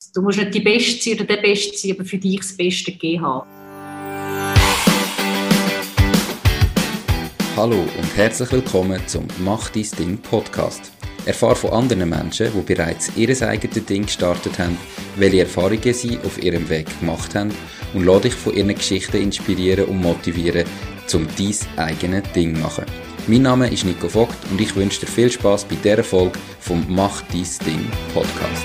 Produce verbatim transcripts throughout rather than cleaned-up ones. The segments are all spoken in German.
du musst nicht die Beste sein oder der Beste sein, aber für dich das Beste gegeben haben. Hallo und herzlich willkommen zum «Mach dein Ding» Podcast. Erfahre von anderen Menschen, die bereits ihr eigenes Ding gestartet haben, welche Erfahrungen sie auf ihrem Weg gemacht haben und lass dich von ihren Geschichten inspirieren und motivieren, um dein eigenes Ding zu machen. Mein Name ist Nico Vogt und ich wünsche dir viel Spass bei dieser Folge vom «Mach dein Ding» Podcast.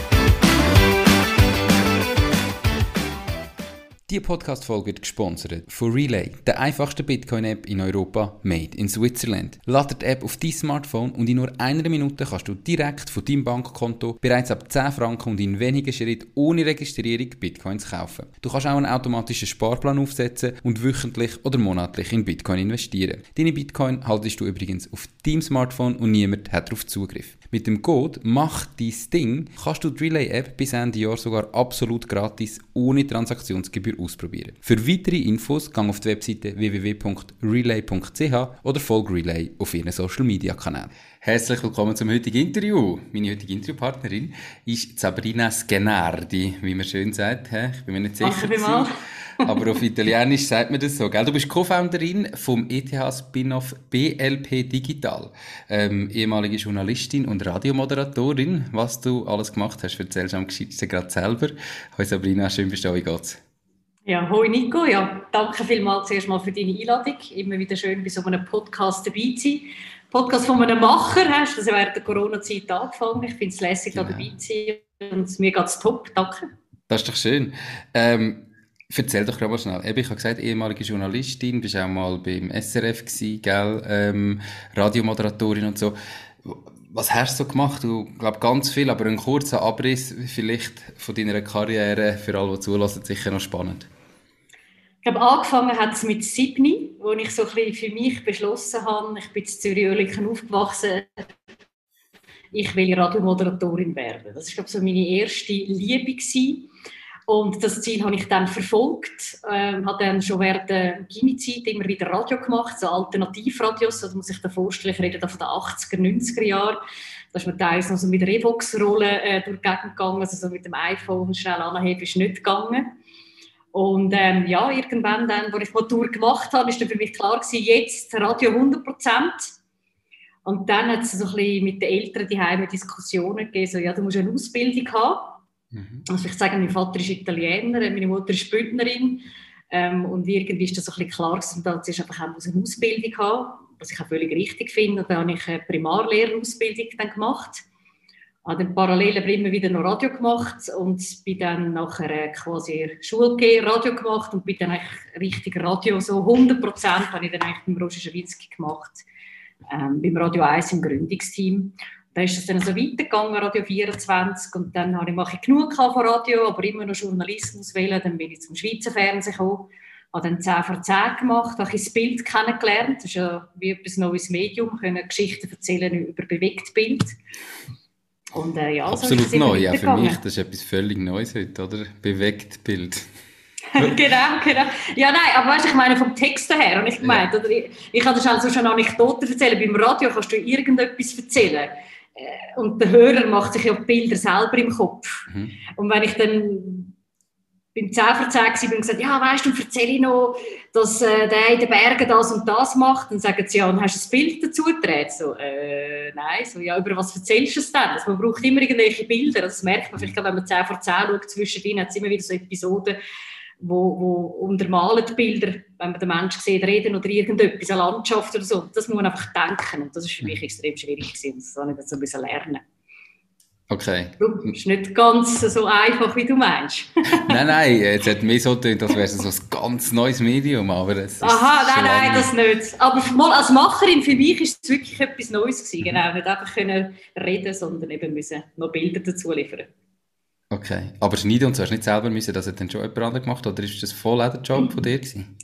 Diese Podcast-Folge wird gesponsert von Relay, der einfachsten Bitcoin-App in Europa, made in Switzerland. Lade die App auf dein Smartphone und in nur einer Minute kannst du direkt von deinem Bankkonto bereits ab zehn Franken und in wenigen Schritten ohne Registrierung Bitcoins kaufen. Du kannst auch einen automatischen Sparplan aufsetzen und wöchentlich oder monatlich in Bitcoin investieren. Deine Bitcoin haltest du übrigens auf deinem Smartphone und niemand hat darauf Zugriff. Mit dem Code «Mach dein Ding» kannst du die Relay-App bis Ende Jahr sogar absolut gratis ohne Transaktionsgebühr ausprobieren. Für weitere Infos geh auf die Webseite w w w punkt relay punkt c h oder folge Relay auf ihren Social Media Kanälen. Herzlich willkommen zum heutigen Interview. Meine heutige Interviewpartnerin ist Sabrina Sgenardi, wie man schön sagt. Ich bin mir nicht sicher. Ach, aber auf Italienisch sagt man das so, gell? Du bist Co-Founderin vom E T H-Spin-Off B L P Digital, ähm, ehemalige Journalistin und Radiomoderatorin. Was du alles gemacht hast, erzählst du am geschicktesten gerade selber. Hallo Sabrina, schön bist du, wie geht's? Ja, hoi Nico, ja, danke vielmals zuerst mal für deine Einladung. Immer wieder schön, bei so einem Podcast dabei zu sein. Podcast von einem Macher hast du das während der Corona-Zeit angefangen. Ich finde es lässig, genau, da dabei zu sein und mir geht es top, danke. Das ist doch schön. Ähm, Erzähl doch gerade mal schnell. Ich habe gesagt, ehemalige Journalistin, bist auch mal beim S R F gewesen, gell? Ähm, Radiomoderatorin und so. Was hast du so gemacht? Du glaub ganz viel, aber ein kurzer Abriss vielleicht von deiner Karriere für alle, die zulassen, sicher noch spannend. Ich glaube, angefangen hat es mit sieben, wo ich so ein bisschen für mich beschlossen habe, ich bin in Zürich-Oerlikon aufgewachsen, ich will Radiomoderatorin werden. Das war, glaube ich, so meine erste Liebe gewesen. Und das Ziel habe ich dann verfolgt. Ähm, habe dann schon während der Gymi-Zeit immer wieder Radio gemacht, so Alternativradios. Also muss ich mir vorstellen, ich rede da von den achtziger, neunziger Jahren. Da ist man teils noch so mit Revox-Rollen äh, durch die Gegend gegangen, also so mit dem iPhone schnell anheben ist nicht gegangen. Und ähm, ja, irgendwann dann, als ich Matur gemacht habe, ist dann für mich klar gewesen, jetzt Radio hundert Prozent. Und dann hat es so ein bisschen mit den Eltern die Heime Diskussionen gegeben, so, ja, du musst eine Ausbildung haben. Also ich sage, mein Vater ist Italiener, meine Mutter ist Bündnerin ähm, und irgendwie ist das so ein bisschen klar gewesen, dass ich einfach auch eine Ausbildung haben, was ich auch völlig richtig finde. Und dann habe ich eine Primarlehrerausbildung dann gemacht, habe dann parallel aber immer wieder noch Radio gemacht und bin dann nachher quasi Schule gegeben, Radio gemacht und bin dann eigentlich richtig Radio, so hundert Prozent habe ich dann eigentlich beim Roger Schawinski gemacht, ähm, beim Radio eins im Gründungsteam. Dann ist es dann so weitergegangen, Radio vierundzwanzig, und dann habe ich, mache ich genug von Radio, aber immer noch Journalismus wählen. Dann bin ich zum Schweizer Fernsehen gekommen, habe dann zehn vor zehn gemacht, habe ich das Bild kennengelernt. Das ist ja wie etwas neues Medium, können Geschichten erzählen über Bewegtbild. Und, äh, ja, absolut so neu, ja, für mich, das ist etwas völlig Neues heute, oder? Bewegtbild. genau, genau. Ja, nein, aber weißt, ich meine vom Text her, und ich gemeint, ja. oder ich, ich kann dir also schon Anekdoten erzählen. Beim Radio kannst du irgendetwas erzählen. Und der Hörer macht sich ja die Bilder selber im Kopf. Mhm. Und wenn ich dann beim zehn vor zehn war und gesagt, ja, weißt du, erzähle ich noch, dass äh, der in den Bergen das und das macht, dann sagen sie, ja, und hast du ein Bild dazu gedreht? So, äh, nein, so, ja, über was erzählst du es denn? Also, man braucht immer irgendwelche Bilder, das merkt man vielleicht, wenn man zehn vor zehn schaut, zwischendrin hat es immer wieder so Episoden, wo, wo untermalen die Bilder, wenn man den Menschen sieht, reden oder irgendetwas, eine Landschaft oder so. Das muss man einfach denken. Und das war für mich extrem schwierig gewesen. Das habe ich dann so ein bisschen lernen. Okay. Das ist nicht ganz so einfach, wie du meinst. nein, nein, jetzt hat mir so gedacht, als wäre es so ein ganz neues Medium, aber es ist Aha, nein, nein, das nicht. Aber mal als Macherin, für mich ist es wirklich etwas Neues gewesen. Mhm. Genau, nicht einfach können reden, sondern eben müssen noch Bilder dazu liefern. Okay, aber schneiden und so hast du nicht selber müssen, das hat dann schon jemand anderes gemacht, oder ist das voll der Job von dir gewesen?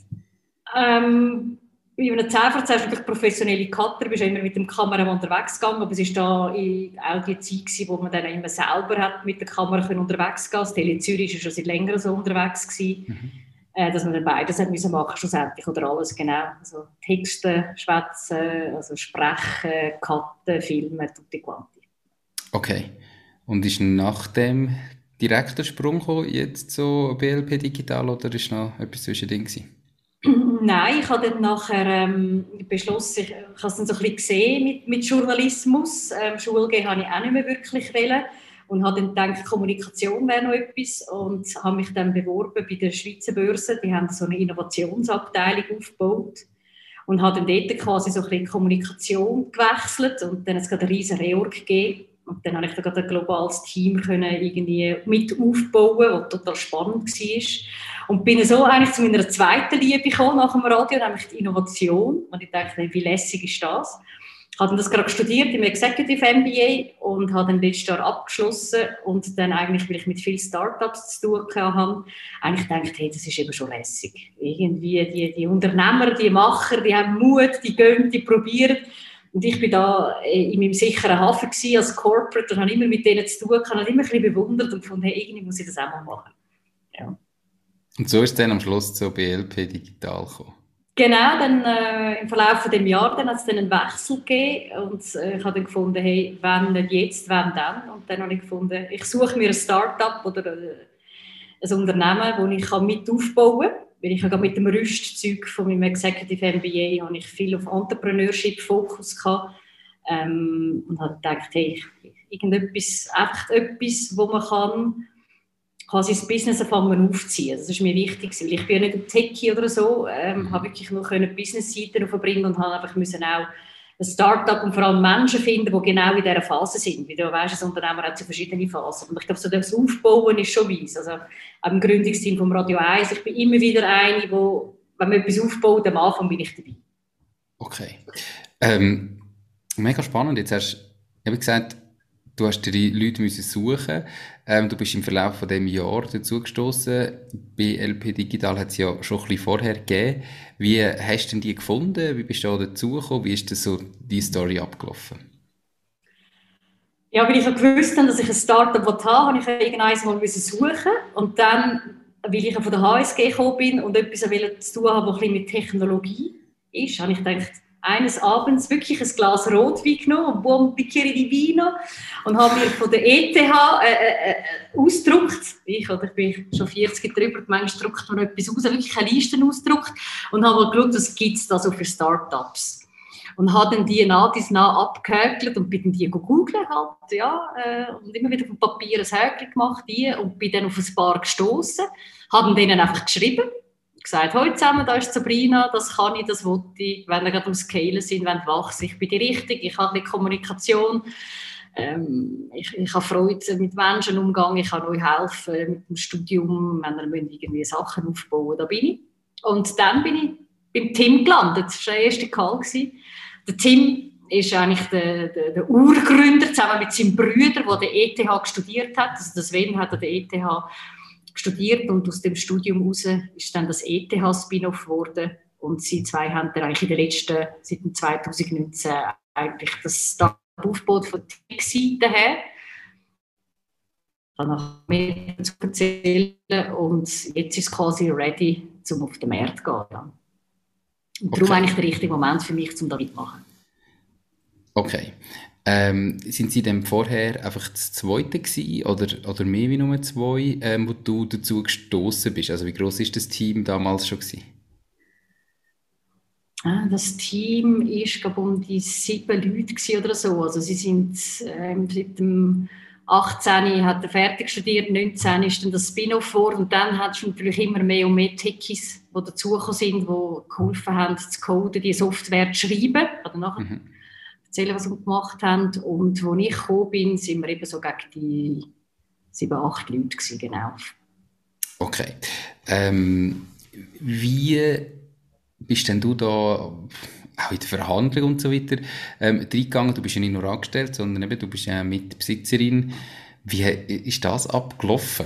Ähm, bei einem zehn vor zehn hast du natürlich professionelle Cutter, bist immer mit dem Kameramann unterwegs gegangen, aber es war da auch die Zeit gewesen, wo man dann immer selber hat mit der Kamera unterwegs gehen. Das Tele Zürich war schon seit längerem so unterwegs gewesen, mhm. äh, dass man dann beides hat müssen machen schlussendlich, oder alles, genau. Also Texte, Schwätzen, also Sprechen, Cutten, Filmen, tutti quanti. Okay, und ist nach dem direkt der Sprung gekommen, jetzt so B L P Digital, oder ist noch etwas zwischendrin gewesen? Nein, ich habe dann nachher ähm, beschlossen, ich, ich habe es dann so ein bisschen gesehen mit, mit Journalismus. Ähm, Schule gehen habe ich auch nicht mehr wirklich wollen. Und habe dann gedacht, Kommunikation wäre noch etwas. Und habe mich dann beworben bei der Schweizer Börse. Die haben so eine Innovationsabteilung aufgebaut. Und habe dann dort quasi so ein bisschen Kommunikation gewechselt. Und dann hat es gerade einen riesen Reorg gegeben. Und dann habe ich da gerade ein globales Team können irgendwie mit aufbauen, was total spannend war. Und bin so eigentlich zu meiner zweiten Liebe gekommen nach dem Radio, nämlich die Innovation. Und ich dachte, wie lässig ist das? Ich habe das gerade studiert im Executive M B A und habe dann letztes Jahr abgeschlossen und dann eigentlich, weil ich mit vielen Startups zu tun hatte, eigentlich gedacht, hey, das ist eben schon lässig. Irgendwie die, die Unternehmer, die Macher, die haben Mut, die gehen, die probieren. Und ich war da in meinem sicheren Hafen gewesen, als Corporate und habe immer mit denen zu tun, habe immer ein bisschen bewundert und gefunden, hey, irgendwie muss ich das auch mal machen. Ja. Und so ist es dann am Schluss zu B L P Digital gekommen? Genau, dann, äh, im Verlauf von dem Jahr dann hat es dann einen Wechsel gegeben und äh, ich habe dann gefunden, hey, wenn nicht jetzt, wenn dann? Und dann habe ich gefunden, ich suche mir ein Start-up oder äh, ein Unternehmen, das ich kann mit aufbauen kann. Weil ich habe mit dem Rüstzeug von meinem Executive M B A habe ich viel auf Entrepreneurship-Fokus gehabt. Ähm, und habe gedacht, hey, irgendetwas, einfach etwas, wo man kann quasi das Business anfangen aufziehen. Das ist mir wichtig, weil ich bin ja nicht ein Techie oder so, ähm, mhm. habe wirklich nur die Business-Seite aufbringen und habe einfach müssen auch ein Start-up und vor allem Menschen finden, die genau in dieser Phase sind. Wie du weißt, ein Unternehmer hat so verschiedene Phasen. Und ich glaube, so das Aufbauen ist schon weiss. Also auch im Gründungsteam vom Radio eins, ich bin immer wieder eine, wo, wenn man etwas aufbaut, am Anfang bin ich dabei. Okay. Ähm, mega spannend. Jetzt hast du gesagt, du hast dir die Leute müssen suchen. Ähm, du bist im Verlauf von diesem Jahr dazu gestoßen. B L P Digital hat es ja schon ein bisschen vorher gegeben. Wie hast du denn die gefunden? Wie bist du da dazugekommen? Wie ist das so die Story abgelaufen? Ja, weil ich gewusst habe, dass ich ein Startup habe, habe ich irgendeines mal suchen. Und dann, weil ich von der H S G gekommen bin und etwas zu tun habe, was ein bisschen mit Technologie ist, habe ich gedacht, eines Abends wirklich ein Glas Rotwein genommen, ein Buon bicchiere di vino, und habe mir von der E T H äh, äh, ausgedruckt, ich, oder ich bin schon vierzig drüber, manchmal druckt man etwas aus, wirklich eine Liste ausgedruckt und habe mal geschaut, was gibt es da so für Startups. Und habe dann die nach dies nach abgehäkelt und bin dann die gegoogelt halt, ja, äh, und immer wieder auf dem Papier ein Häkchen gemacht, die, und bin dann auf ein paar gestossen, habe denen einfach geschrieben, gesagt, hallo zusammen, da ist Sabrina, das kann ich, das will ich, wenn wir gerade am Scalen sind, wenn du wachst, ich bin die Richtige, ich habe ein bisschen Kommunikation, ähm, ich, ich habe Freude mit Menschen umgehen, ich kann euch helfen mit dem Studium, wenn ihr irgendwie Sachen aufbauen, da bin ich. Und dann bin ich beim Tim gelandet, das war der erste Call. Der Tim ist eigentlich der, der, der Urgründer, zusammen mit seinem Bruder, der der E T H studiert hat, also das Sven hat an der E T H studiert und aus dem Studium heraus ist dann das E T H-Spin-Off geworden und sie zwei haben dann eigentlich in den letzten, seit zwanzig neunzehn eigentlich das Start aufgebaut von der Tech-Seite her. Ich kann noch mehr dazu erzählen und jetzt ist es quasi ready, um auf den Markt zu gehen. Und darum okay. Eigentlich der richtige Moment für mich, um das mitzumachen. Okay. Ähm, sind Sie denn vorher einfach das Zweite gewesen, oder, oder mehr wie nur zwei, ähm, wo du dazu gestoßen bist? Also wie gross war das Team damals schon gewesen? Ah, das Team ist, glaube ich, um die sieben Leute oder so. Also sie sind ähm, seit dem achtzehn hat er fertig studiert, neunzehn ist dann das Spin-off geworden und dann hat es natürlich immer mehr und mehr Techies, die dazugekommen sind, die geholfen haben, zu coden, die Software zu schreiben. Oder nachher mhm. erzählen, was wir gemacht haben. Und als ich gekommen bin, sind wir eben so gegen die sieben, acht Leute gewesen, genau. Okay. Ähm, wie bist denn du da auch in der Verhandlung und so weiter ähm, reingegangen? Du bist ja nicht nur angestellt, sondern eben, du bist ja Mitbesitzerin. Wie ist das abgelaufen?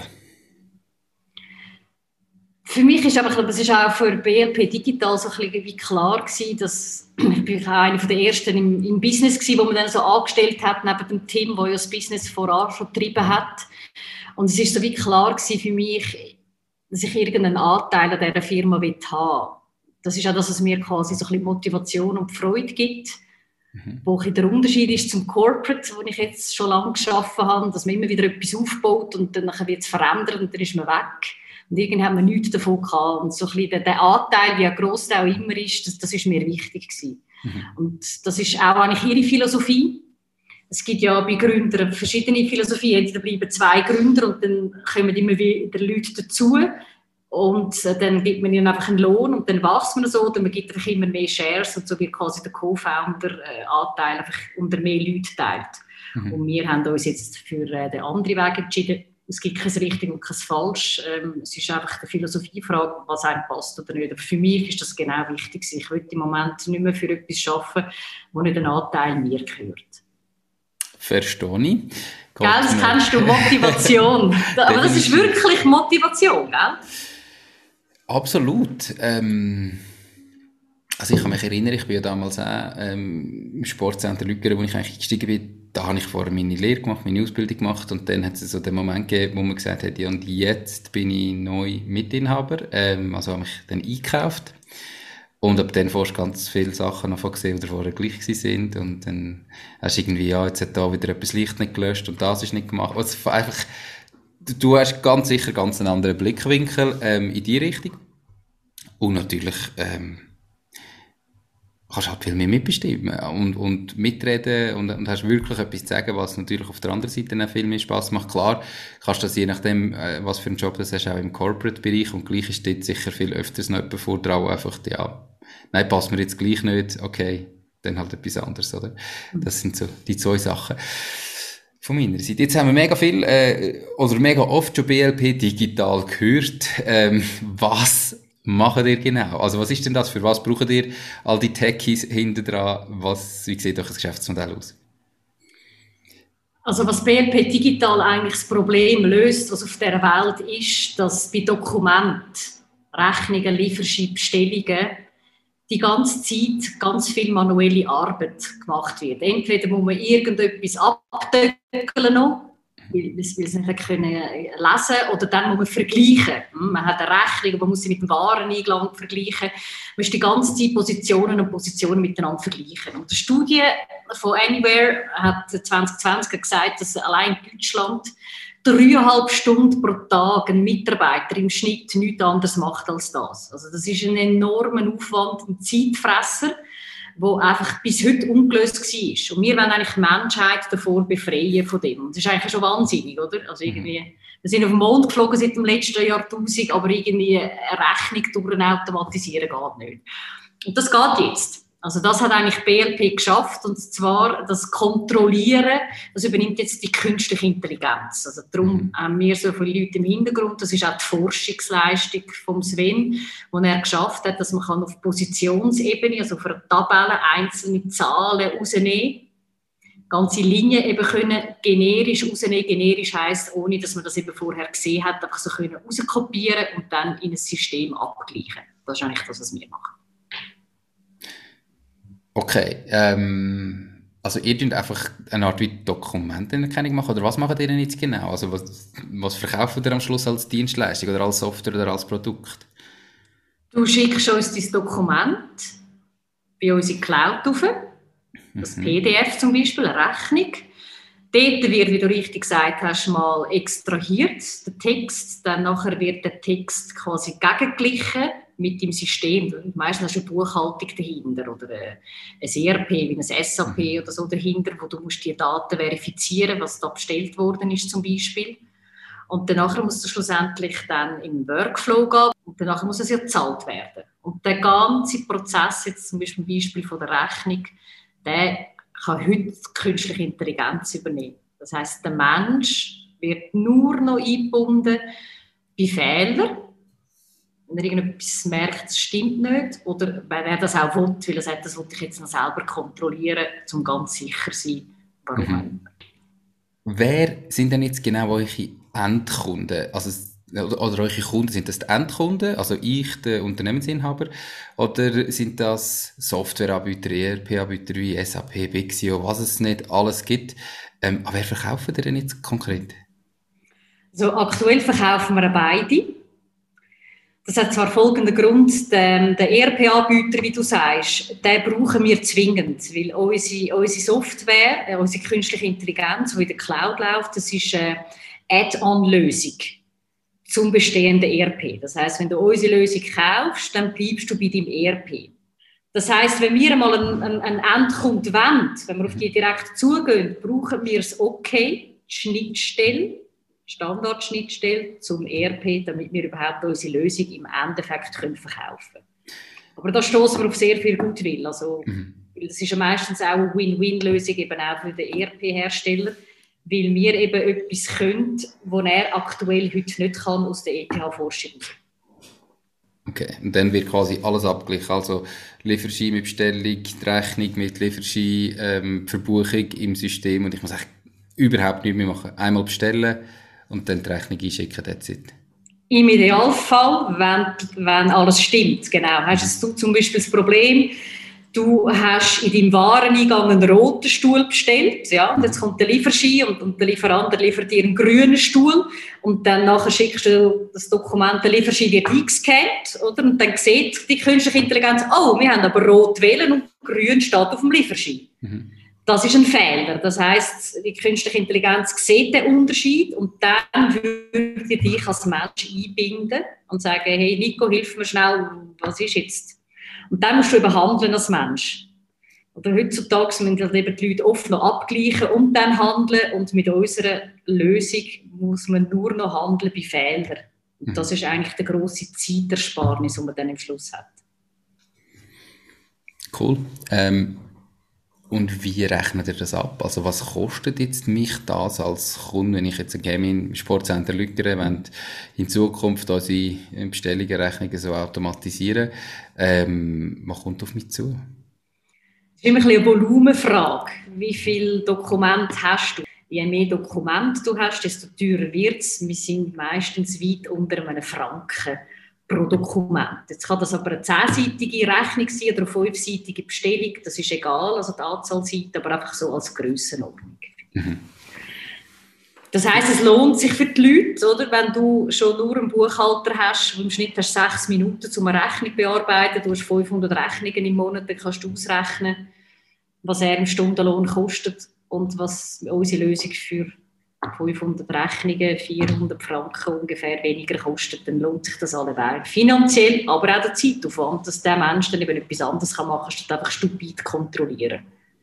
Für mich ist aber, das ist auch für B L P Digital so ein bisschen wie klar gewesen, dass ich bin eine der ersten im, im Business gewesen, wo man dann so angestellt hat neben dem Team, wo ja das Business voran schon getrieben hat. Und es ist so wie klar gewesen für mich, dass ich irgendeinen Anteil an dieser Firma haben will. Das ist auch das, was mir quasi so ein bisschen Motivation und Freude gibt. Mhm. Wo der Unterschied ist zum Corporate, wo ich jetzt schon lange gearbeitet habe, dass man immer wieder etwas aufbaut und dann wird es verändert und dann ist man weg. Und irgendwie haben wir nichts davon gehabt. Und so ein bisschen der, der Anteil, wie gross der auch immer ist, das, das ist mir wichtig gewesen. Mhm. Und das ist auch eigentlich ihre Philosophie. Es gibt ja bei Gründern verschiedene Philosophien. Entweder bleiben zwei Gründer und dann kommen immer wieder Leute dazu. Und dann gibt man ihnen einfach einen Lohn und dann wächst man so. Oder man gibt einfach immer mehr Shares und so wird quasi der Co-Founder-Anteil einfach unter mehr Leute teilt. Mhm. Und wir haben uns jetzt für den anderen Weg entschieden. Es gibt kein richtig und kein falsch. Ähm, es ist einfach die Philosophiefrage, was einem passt oder nicht. Aber für mich ist das genau wichtig. Ich will im Moment nicht mehr für etwas arbeiten, wo nicht ein Anteil mir gehört. Verstehe ich. Gell, das kennst du, Motivation. Aber das ist wirklich Motivation, gell? Absolut. Ähm, also ich kann mich erinnern, ich bin ja damals auch ähm, im Sportcenter Lügeren, wo ich eigentlich eingestiegen bin. Da habe ich vorher meine Lehre gemacht, meine Ausbildung gemacht und dann hat es so den Moment gegeben, wo man gesagt hat, ja, und jetzt bin ich neu Mitinhaber, ähm, also habe mich dann eingekauft und ab dann fast ganz viele Sachen noch gesehen, die vorher gleich sind und dann hast du irgendwie, ja, jetzt hat da wieder etwas Licht nicht gelöscht und das ist nicht gemacht. Also einfach, du hast ganz sicher ganz einen anderen Blickwinkel ähm, in die Richtung und natürlich ähm, kannst halt viel mehr mitbestimmen und, und mitreden und, und hast wirklich etwas zu sagen, was natürlich auf der anderen Seite auch viel mehr Spass macht. Klar, kannst du das je nachdem, äh, was für einen Job du hast, auch im Corporate-Bereich und gleich ist dort sicher viel öfters noch jemand vor dran, einfach, ja, nein, passt mir jetzt gleich nicht, okay, dann halt etwas anderes, oder? Das sind so die zwei Sachen. Von meiner Seite. Jetzt haben wir mega viel, äh, oder mega oft schon B L P digital gehört. Ähm, was machen ihr genau? Also was ist denn das? Für was braucht ihr all die Techies hinten dran? Was, wie sieht euch das Geschäftsmodell aus? Also was B L P Digital eigentlich das Problem löst, was auf dieser Welt ist, dass bei Dokumenten, Rechnungen, Lieferschein, Bestellungen die ganze Zeit ganz viel manuelle Arbeit gemacht wird. Entweder muss man irgendetwas abdecken noch, weil wir es nicht können lesen, oder dann muss man vergleichen. Man hat eine Rechnung, man muss sie mit dem Wareneingang vergleichen. Man muss die ganze Zeit Positionen und Positionen miteinander vergleichen. Und die Studie von Anywhere hat zwanzig zwanzig gesagt, dass allein in Deutschland dreieinhalb Stunden pro Tag ein Mitarbeiter im Schnitt nichts anderes macht als das. Also das ist ein enormer Aufwand, ein Zeitfresser, der einfach bis heute ungelöst war. Und wir wollen eigentlich die Menschheit davor befreien von dem. Und das ist eigentlich schon wahnsinnig, oder? Also irgendwie, wir sind auf den Mond geflogen seit dem letzten Jahrtausend, aber irgendwie eine Rechnung durchautomatisieren geht nicht. Und das geht jetzt. Also das hat eigentlich B L P geschafft, und zwar das Kontrollieren, das übernimmt jetzt die künstliche Intelligenz. Also darum haben wir so viele Leute im Hintergrund. Das ist auch die Forschungsleistung von Sven, die er geschafft hat, dass man kann auf Positionsebene, also auf einer Tabelle, einzelne Zahlen rausnehmen kann, ganze Linien eben können generisch rausnehmen. Generisch heisst, ohne dass man das eben vorher gesehen hat, einfach so können rauskopieren und dann in ein System abgleichen. Das ist eigentlich das, was wir machen. Okay, ähm, also ihr tut einfach eine Art wie Dokumentenerkennung machen, oder was macht ihr denn jetzt genau? Also was, was verkauft ihr am Schluss als Dienstleistung oder als Software oder als Produkt? Du schickst uns dein Dokument bei uns in die Cloud rauf, das mhm. P D F zum Beispiel, eine Rechnung. Dort wird, wie du richtig gesagt hast, mal extrahiert, der Text, dann nachher wird der Text quasi gegengeglichen mit dem System. Meistens hast du eine Buchhaltung dahinter oder ein E R P, wie ein S A P oder so dahinter, wo du musst die Daten verifizieren, was da bestellt worden ist zum Beispiel. Und danach musst du schlussendlich dann in den Workflow gehen und danach muss es ja gezahlt werden. Und der ganze Prozess, jetzt zum Beispiel ein Beispiel von der Rechnung, der kann heute die künstliche Intelligenz übernehmen. Das heisst, der Mensch wird nur noch eingebunden bei Fehlern, wenn er irgendetwas merkt, es stimmt nicht, oder wenn er das auch will, weil er sagt, das will ich jetzt noch selber kontrollieren, um ganz sicher zu sein, warum mhm. Wer sind denn jetzt genau eure Endkunden? Also, oder, oder eure Kunden, sind das die Endkunden, also ich, der Unternehmensinhaber, oder sind das Softwareanbieter, E R P-Anbieter wie S A P, Bixio, was es nicht alles gibt? Ähm, aber wer verkaufen ihr denn jetzt konkret? So, aktuell verkaufen wir beide. Das hat zwar folgenden Grund, den, den E R P-Anbieter, wie du sagst, den brauchen wir zwingend, weil unsere, unsere Software, äh, unsere künstliche Intelligenz, die in der Cloud läuft, das ist eine Add-on-Lösung zum bestehenden E R P. Das heisst, wenn du unsere Lösung kaufst, dann bleibst du bei deinem E R P. Das heisst, wenn wir einmal einen, einen, einen Endkunden wollen, wenn wir auf die direkt zugehen, brauchen wir das Okay, die Schnittstelle, Standardschnittstelle zum E R P, damit wir überhaupt unsere Lösung im Endeffekt können verkaufen können. Aber da stoßen wir auf sehr viel Gutwill. Also, mhm. Das ist ja meistens auch eine Win-Win-Lösung eben auch für den E R P-Hersteller, weil wir eben etwas können, was er aktuell heute nicht kann aus der E T H-Forschung. Okay, und dann wird quasi alles abgeglichen, also Lieferschein mit Bestellung, die Rechnung mit Lieferschein, ähm, Verbuchung im System, und ich muss eigentlich überhaupt nichts mehr machen. Einmal bestellen und dann die Rechnung einschicken, that's it. Im Idealfall, wenn, wenn alles stimmt, genau. Hast du zum Beispiel das Problem, du hast in deinem Wareneingang einen roten Stuhl bestellt, ja, und jetzt kommt der Lieferschein und, und der Lieferant liefert dir einen grünen Stuhl und dann nachher schickst du das Dokument, der Lieferschein wird eingescannt, oder? Und dann sieht die künstliche Intelligenz, oh, wir haben aber rot wählen und grün steht auf dem Lieferschein. Mhm. Das ist ein Fehler. Das heisst, die künstliche Intelligenz sieht den Unterschied und dann würde dich als Mensch einbinden und sagen, hey Nico, hilf mir schnell, was ist jetzt? Und dann musst du eben handeln als Mensch. Oder heutzutage müssen eben die Leute oft noch abgleichen und dann handeln, und mit unserer Lösung muss man nur noch handeln bei Fehlern. Und das ist eigentlich der grosse Zeitersparnis, die man dann am Schluss hat. Cool. Ähm Und wie rechnet ihr das ab? Also was kostet jetzt mich das als Kunde, wenn ich jetzt ein Game im Sportcenter lügere, wenn in Zukunft unsere Bestellungen, Rechnungen so automatisieren? Ähm, was kommt auf mich zu? Das ist immer ein bisschen eine Volumenfrage. Wie viele Dokumente hast du? Je mehr Dokumente du hast, desto teurer wird es. Wir sind meistens weit unter einem Franken pro Dokument. Jetzt kann das aber eine zehnseitige Rechnung sein oder eine fünfseitige Bestellung, das ist egal, also die Anzahl Seiten, aber einfach so als Grössenordnung. Mhm. Das heisst, es lohnt sich für die Leute, oder? Wenn du schon nur einen Buchhalter hast, wo im Schnitt hast sechs Minuten, um eine Rechnung zu bearbeiten, du hast fünfhundert Rechnungen im Monat, dann kannst du ausrechnen, was er im Stundenlohn kostet und was unsere Lösung für fünfhundert Rechnungen, vierhundert Franken ungefähr weniger kostet, dann lohnt sich das alleweil. Finanziell, aber auch der Zeitaufwand, dass der Mensch dann eben etwas anderes machen kann, statt einfach stupid kontrollieren.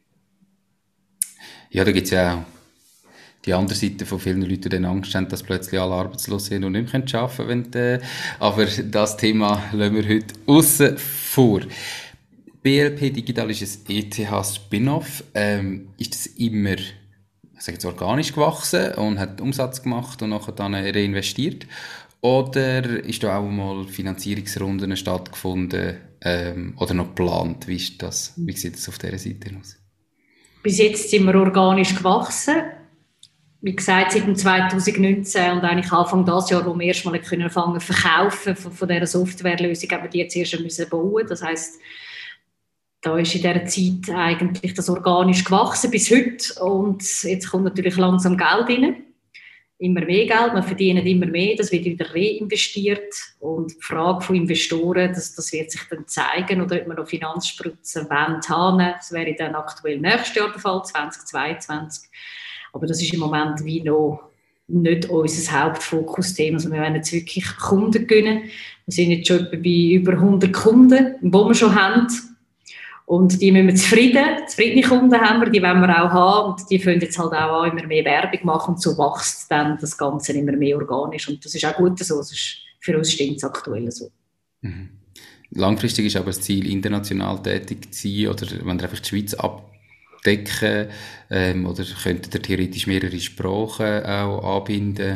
Ja, da gibt es ja auch die andere Seite von vielen Leuten, die Angst haben, dass plötzlich alle arbeitslos sind und nicht mehr arbeiten können. Äh, aber das Thema lassen wir heute aussen vor. B L P Digital ist ein E T H-Spin-off. Ähm, ist das immer, ich sage jetzt, organisch gewachsen und hat Umsatz gemacht und nachher dann reinvestiert? Oder ist da auch mal Finanzierungsrunden stattgefunden ähm, oder noch geplant? Wie ist das? Wie sieht das auf dieser Seite aus? Bis jetzt sind wir organisch gewachsen. Wie gesagt, seit zweitausendneunzehn und eigentlich Anfang dieses Jahr, wo wir erstmal anfangen zu verkaufen von, von dieser Softwarelösung, haben wir die jetzt erst müssen bauen. Das heisst, da ist in dieser Zeit eigentlich das organisch gewachsen bis heute. Und jetzt kommt natürlich langsam Geld rein. Immer mehr Geld, man verdient immer mehr, das wird wieder reinvestiert. Und die Frage von Investoren, das, das wird sich dann zeigen, oder ob man noch Finanzspritzen haben. Das wäre dann aktuell nächstes Jahr der Fall, zweitausendzweiundzwanzig. Aber das ist im Moment wie noch nicht unser Hauptfokusthema. Also wir wollen jetzt wirklich Kunden gewinnen. Wir sind jetzt schon bei über hundert Kunden, die wir schon haben. Und die müssen wir zufrieden, zufriedene Kunden haben wir, die wollen wir auch haben. Und die fangen jetzt halt auch an, immer mehr Werbung machen. Und so wächst dann das Ganze immer mehr organisch. Und das ist auch gut so. Das ist, für uns stimmt es aktuell so. Mhm. Langfristig ist aber das Ziel, international tätig zu sein, oder wenn ihr einfach die Schweiz abdecken, ähm, oder könntet ihr theoretisch mehrere Sprachen auch anbinden?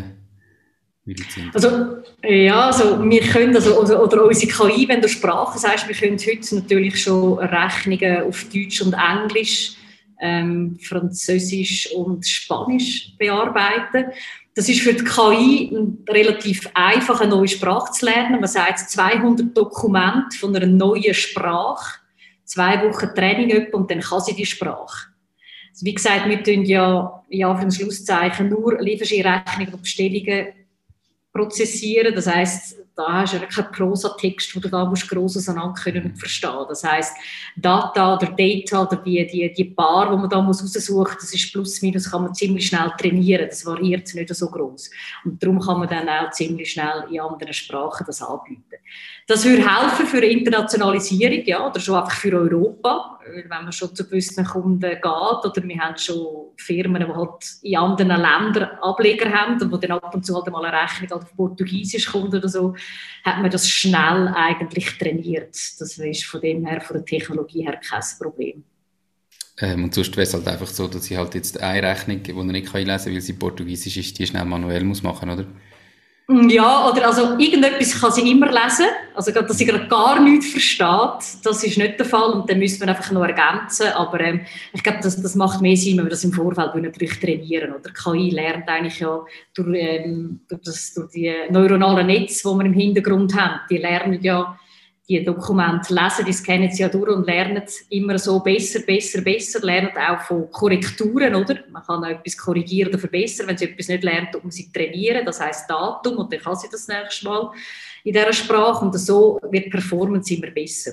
Also, ja, also wir können, also, oder, oder unsere K I, wenn du Sprachen sagst, wir können heute natürlich schon Rechnungen auf Deutsch und Englisch, ähm, Französisch und Spanisch bearbeiten. Das ist für die K I relativ einfach, eine neue Sprache zu lernen. Man sagt zweihundert Dokumente von einer neuen Sprache, zwei Wochen Training und dann kann sie die Sprache. Also, wie gesagt, wir tun ja, ja für ein Schlusszeichen nur Lieferscheinrechnungen und Bestellungen prozessieren. Das heisst, da hast du ja keinen Prosa-Text, den du da musst gross auseinander können und verstehen. Das heisst, Data oder Data oder die, die, die Paar, die man da muss raussuchen muss, das ist plus minus, kann man ziemlich schnell trainieren. Das variiert nicht so gross. Und darum kann man dann auch ziemlich schnell in anderen Sprachen das anbieten. Das würde helfen für Internationalisierung, ja, oder schon einfach für Europa. Wenn man schon zu gewissen Kunden geht, oder wir haben schon Firmen, die halt in anderen Ländern Ableger haben und wo dann ab und zu halt mal eine Rechnung auf Portugiesisch kommt oder so, hat man das schnell eigentlich trainiert. Das ist von dem her, von der Technologie her kein Problem. Ähm, und sonst wäre es halt einfach so, dass ich halt jetzt eine Rechnung, die er nicht einlesen kann, weil sie portugiesisch ist, die schnell manuell muss machen, oder? Ja, oder also irgendetwas kann sie immer lesen. Also, dass sie gerade gar nichts versteht, das ist nicht der Fall. Und dann müsste man einfach noch ergänzen. Aber ähm, ich glaube, das, das macht mehr Sinn, wenn wir das im Vorfeld natürlich trainieren. Oder K I lernt eigentlich ja durch, ähm, durch, das, durch die neuronalen Netze, die wir im Hintergrund haben. Die lernen ja die Dokumente lesen, die scannen sie ja durch und lernen immer so besser, besser, besser, lernen auch von Korrekturen, oder? Man kann auch etwas korrigieren oder verbessern. Wenn sie etwas nicht lernt, muss man sie trainieren, das heisst Datum, und dann kann sie das nächste Mal in dieser Sprache, und so wird die Performance immer besser.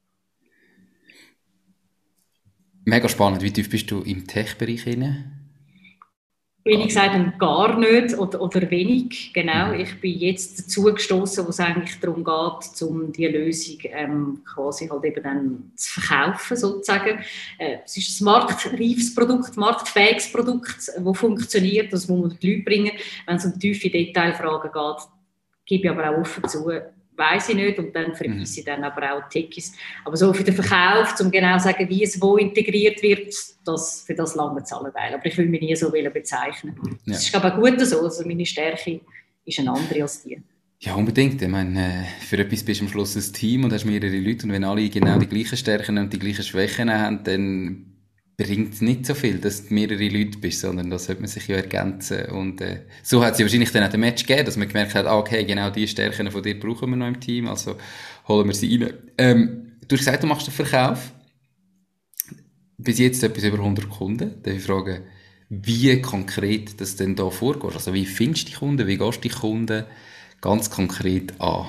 Mega spannend. Wie tief bist du im Tech-Bereich hinein? Wie ich gesagt habe, gar nicht oder, oder wenig. Genau. Ich bin jetzt dazu gestoßen, wo es eigentlich darum geht, um diese Lösung ähm, quasi halt eben dann zu verkaufen, sozusagen. Äh, es ist ein marktreifes Produkt, marktfähiges Produkt, das funktioniert, das muss man die Leute bringen. Wenn es um tiefe Detailfragen geht, gebe ich aber auch offen zu, weiss ich nicht, und dann verweise ich dann aber auch Techies. Aber so für den Verkauf, um genau zu sagen, wie es wo integriert wird, das, für das lange zahlen Teil. Aber ich will mich nie so bezeichnen. Ja. Das ist aber gut so, also meine Stärke ist eine andere als die. Ja, unbedingt. Ich meine, für etwas bist du am Schluss ein Team und hast mehrere Leute, und wenn alle genau die gleichen Stärken und die gleichen Schwächen haben, dann bringt es nicht so viel, dass du mehrere Leute bist, sondern das sollte man sich ja ergänzen. Und äh, so hat es ja wahrscheinlich dann auch den Match gegeben, dass man gemerkt hat, ah, okay, genau die Stärken von dir brauchen wir noch im Team, also holen wir sie rein. Ähm, du hast gesagt, du machst den Verkauf. Bis jetzt etwas über hundert Kunden. Darf ich fragen, wie konkret das denn da vorgeht? Also wie findest du die Kunden, wie gehst du die Kunden ganz konkret an?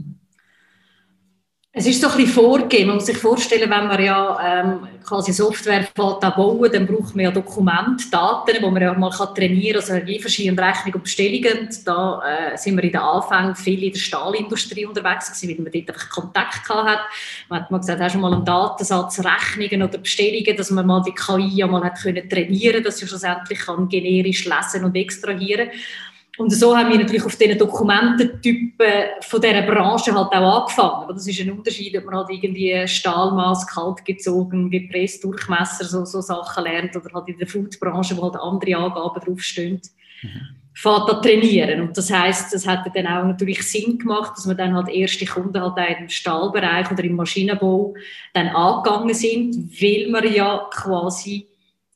Es ist so ein bisschen vorgegeben. Man muss sich vorstellen, wenn man ja ähm, quasi Software bauen, dann braucht man ja Dokumente, Daten, die man ja mal trainieren kann, also Lieferschein, Rechnung und Bestellungen. Da äh, sind wir in den Anfängen viel in der Stahlindustrie unterwegs gewesen, weil man dort einfach Kontakt hatte. Man hat mal gesagt, hast du mal einen Datensatz, Rechnungen oder Bestellungen, dass man mal die K I ja mal hat können trainieren, dass sie schlussendlich kann generisch lesen und extrahieren. Und so haben wir natürlich auf diesen Dokumententypen von dieser Branche halt auch angefangen. Aber das ist ein Unterschied, ob man halt irgendwie Stahlmaß, kalt gezogen, gepresst, Durchmesser, so, so Sachen lernt, oder halt in der Foodbranche, wo halt andere Angaben draufstehen, mhm. fährt an trainieren. Und das heisst, das hat dann auch natürlich Sinn gemacht, dass wir dann halt erste Kunden halt auch im Stahlbereich oder im Maschinenbau dann angegangen sind, weil wir ja quasi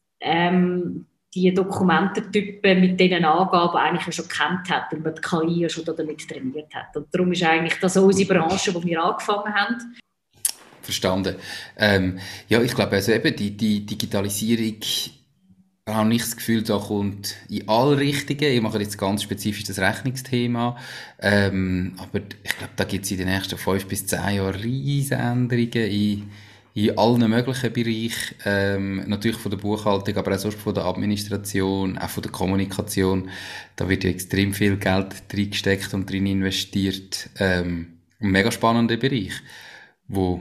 ähm, die Dokumententypen mit diesen Angaben eigentlich schon gekannt hat und man die K I ja schon damit trainiert hat. Und darum ist eigentlich das auch unsere Branche, wo wir angefangen haben. Verstanden. Ähm, ja, ich glaube, also eben die, die Digitalisierung, habe ich das Gefühl, da kommt in alle Richtungen. Ich mache jetzt ganz spezifisch das Rechnungsthema. Ähm, aber ich glaube, da gibt es in den nächsten fünf bis zehn Jahren riesige Änderungen in in allen möglichen Bereichen, ähm, natürlich von der Buchhaltung, aber auch sonst von der Administration, auch von der Kommunikation. Da wird ja extrem viel Geld drin gesteckt und drin investiert. Ähm, ein mega spannender Bereich, wo,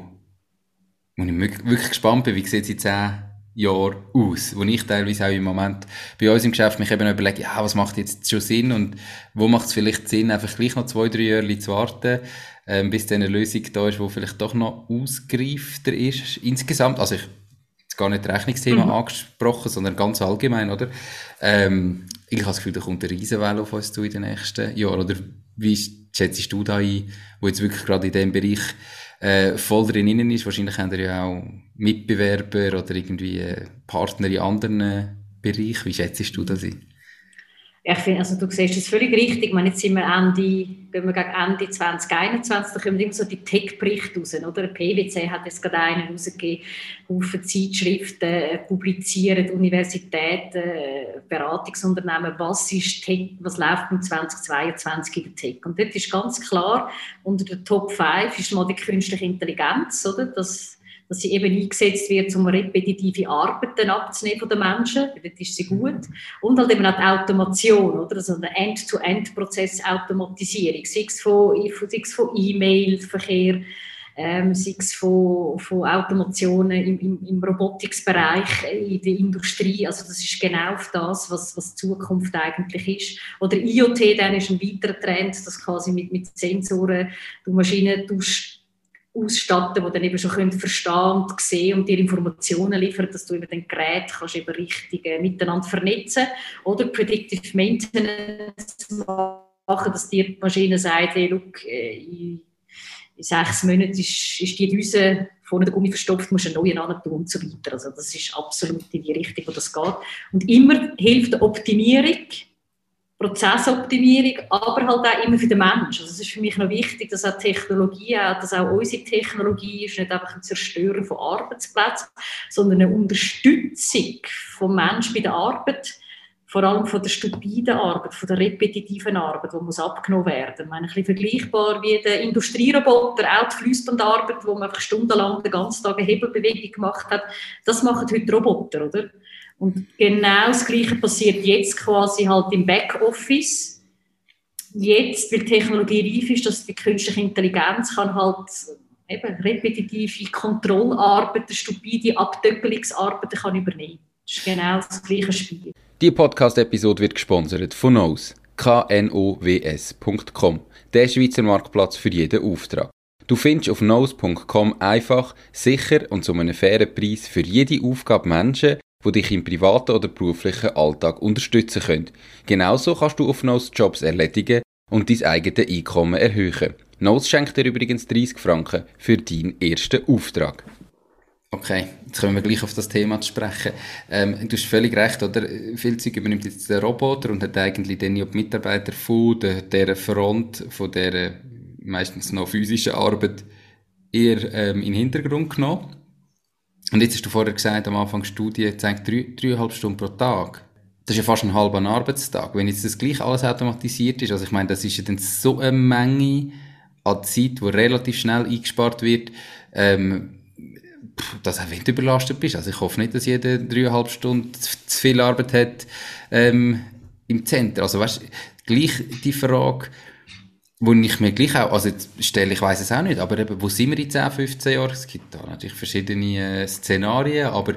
wo ich wirklich gespannt bin, wie sieht es in zehn Jahren aus, wo ich teilweise auch im Moment bei uns im Geschäft mich eben überlege, ja, was macht jetzt schon Sinn und wo macht es vielleicht Sinn, einfach gleich noch zwei, drei Jahre zu warten, ähm, bis dann eine Lösung da ist, die vielleicht doch noch ausgereifter ist insgesamt. Also ich jetzt gar nicht das Rechnungsthema mhm. angesprochen, sondern ganz allgemein, oder? Ähm, ich habe das Gefühl, da kommt eine Riesenwelle auf uns zu in den nächsten Jahren. Oder wie schätzt du da ein, wo jetzt wirklich gerade in diesem Bereich äh, voll drin ist? Wahrscheinlich haben wir ja auch Mitbewerber oder irgendwie Partner in anderen Bereichen. Wie schätzt du das ein? Ich finde, also du siehst das völlig richtig. Ich meine, jetzt sind wir Ende, gehen wir gegen Ende zwanzig einundzwanzig, da kommen immer so die Tech-Berichte raus, oder? P W C hat jetzt gerade einen rausgegeben, Haufen Zeitschriften, äh, publizieren, Universitäten, äh, Beratungsunternehmen, was ist Tech, was läuft im zwanzig zweiundzwanzig in der Tech? Und dort ist ganz klar, unter der Top fünf ist mal die künstliche Intelligenz, oder? Das dass sie eben eingesetzt wird, um repetitive Arbeiten abzunehmen von den Menschen. Dort ist sie gut. Und halt eben auch die Automation, oder? Also eine End-to-End-Prozess-Automatisierung. Sei es von, sei es von E-Mail-Verkehr, ähm, sei es von, von Automationen im, im, im Robotics-Bereich, in der Industrie. Also das ist genau das, was, was Zukunft eigentlich ist. Oder I O T, dann ist ein weiterer Trend, dass quasi mit, mit Sensoren du Maschinen ausstatten, die dann eben schon können verstehen und sehen und dir Informationen liefern, dass du über den Gerät kannst eben richtig äh, miteinander vernetzen oder Predictive Maintenance machen, dass dir die Maschine sagt, hey, look, äh, in, in sechs Monaten ist, ist die Düse vorne der Gummi verstopft, musst du einen neuen ran tun und so weiter. Also das ist absolut in die Richtung, wo das geht. Und immer hilft die Optimierung, Prozessoptimierung, aber halt auch immer für den Menschen. Also es ist für mich noch wichtig, dass auch Technologie, dass auch unsere Technologie ist nicht einfach ein Zerstörer von Arbeitsplätzen, sondern eine Unterstützung vom Menschen bei der Arbeit, vor allem von der stupiden Arbeit, von der repetitiven Arbeit, die muss abgenommen werden. Ich meine, ein bisschen vergleichbar wie der Industrieroboter, auch die Fließbandarbeit, wo man einfach stundenlang den ganzen Tag eine Hebelbewegung gemacht hat, das machen heute Roboter, oder? Und genau das Gleiche passiert jetzt quasi halt im Backoffice. Jetzt, weil die Technologie reif ist, dass die künstliche Intelligenz kann halt eben repetitive Kontrollarbeiten, stupide Abtöpfelungsarbeiten kann übernehmen. Das ist genau das gleiche Spiel. Diese Podcast-Episode wird gesponsert von Knows, K N O W S Punkt com, der Schweizer Marktplatz für jeden Auftrag. Du findest auf knows Punkt com einfach, sicher und zu einem fairen Preis für jede Aufgabe Menschen, die dich im privaten oder beruflichen Alltag unterstützen können. Genauso kannst du auf Knows Jobs erledigen und dein eigenes Einkommen erhöhen. Knows schenkt dir übrigens dreißig Franken für deinen ersten Auftrag. Okay, jetzt kommen wir gleich auf das Thema zu sprechen. Ähm, du hast völlig recht, oder? Viel Zeug übernimmt jetzt der Roboter und hat eigentlich dann ja die Mitarbeiter von der, der Front, von der meistens noch physischen Arbeit eher ähm, in den Hintergrund genommen. Und jetzt hast du vorher gesagt, am Anfang der Studie zeigt drei, dreieinhalb Stunden pro Tag. Das ist ja fast ein halber Arbeitstag. Wenn jetzt das gleich alles automatisiert ist, also ich meine, das ist ja dann so eine Menge an Zeit, die relativ schnell eingespart wird, ähm, dass auch wenn du überlastet bist. Also ich hoffe nicht, dass jeder dreieinhalb Stunden zu viel Arbeit hat ähm, im Zentrum. Also weißt, gleich die Frage, wo ich mir gleich auch, also jetzt stelle, ich weiss es auch nicht, aber eben, wo sind wir in zehn, fünfzehn Jahren? Es gibt da natürlich verschiedene äh, Szenarien, aber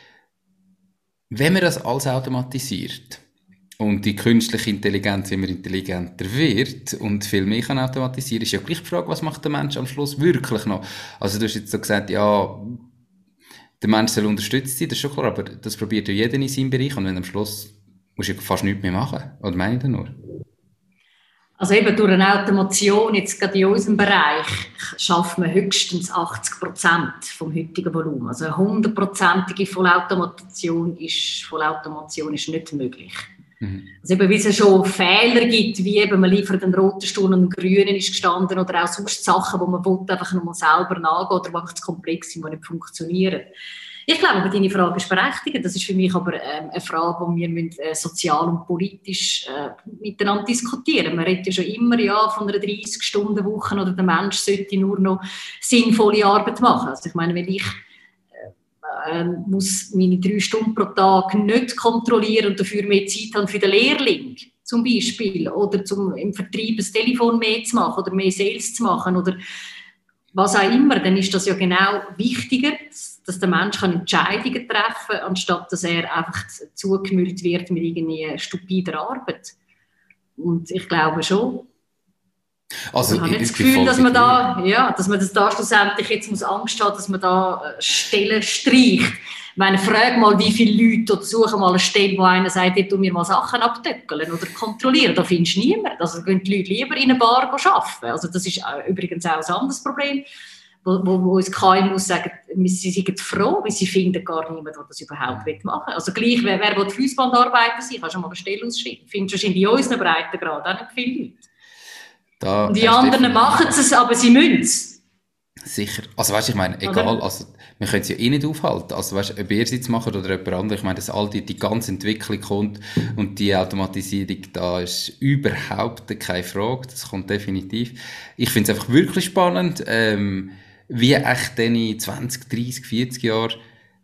wenn man das alles automatisiert und die künstliche Intelligenz immer intelligenter wird und viel mehr kann automatisieren, ist ja gleich die Frage, was macht der Mensch am Schluss wirklich noch? Also du hast jetzt so gesagt, ja, der Mensch soll unterstützt sein, das ist schon klar, aber das probiert ja jeder in seinem Bereich und wenn am Schluss musst du ja fast nichts mehr machen, oder meine ich das nur? Also eben durch eine Automation, jetzt gerade in unserem Bereich, schafft man höchstens achtzig Prozent vom heutigen Volumen. Also eine hundertprozentige Vollautomation ist, Vollautomation ist nicht möglich. Mhm. Also eben, wie es ja schon Fehler gibt, wie eben man liefert einen roten Stuhl und einen grünen ist gestanden oder auch sonst Sachen, wo man will, einfach nochmal selber nachgehen oder die einfach zu komplex sind, die nicht funktionieren. Ich glaube, deine Frage ist berechtigt. Das ist für mich aber ähm, eine Frage, die wir müssen, äh, sozial und politisch äh, miteinander diskutieren. Man redet ja schon immer ja, von einer dreißig-Stunden-Woche oder der Mensch sollte nur noch sinnvolle Arbeit machen. Also ich meine, wenn ich äh, äh, muss meine drei Stunden pro Tag nicht kontrollieren und dafür mehr Zeit haben für den Lehrling zum Beispiel oder zum, im Vertrieb das Telefon mehr zu machen oder mehr Sales zu machen oder was auch immer, dann ist das ja genau wichtiger, dass der Mensch Entscheidungen treffen kann, anstatt dass er einfach zugemüllt wird mit irgendwie stupider Arbeit. Und ich glaube schon. Also, ich habe nicht das Gefühl, dass man, da, ja, dass man das da schlussendlich jetzt muss Angst haben, dass man da Stellen streicht. Ich meine, frag mal, wie viele Leute oder suchen mal eine Stelle, wo einer sagt, ich tu mir mal Sachen abtöckeln oder kontrollieren. Da findest du niemanden. Also gehen die Leute lieber in eine Bar arbeiten. Also das ist übrigens auch ein anderes Problem. wo, wo, wo uns K M Us sagen, sie sind froh, weil sie finden gar niemanden, der das überhaupt machen will. Also gleich, wer, wer will Fließbandarbeiter sein, kannst du mal eine Stelle ausschreiben. Findest du wahrscheinlich in unseren Breitengrad auch nicht viele Leute. Da und die anderen machen es, aber sie müssen es. Sicher. Also weißt, ich meine, egal, also wir können es ja eh nicht aufhalten. Also weißt, ob ihr es jetzt macht oder jemand anderes, ich meine, dass all die, die ganze Entwicklung kommt und die Automatisierung, da ist überhaupt keine Frage. Das kommt definitiv. Ich finde es einfach wirklich spannend, ähm, wie echt dann in zwanzig, dreissig, vierzig Jahren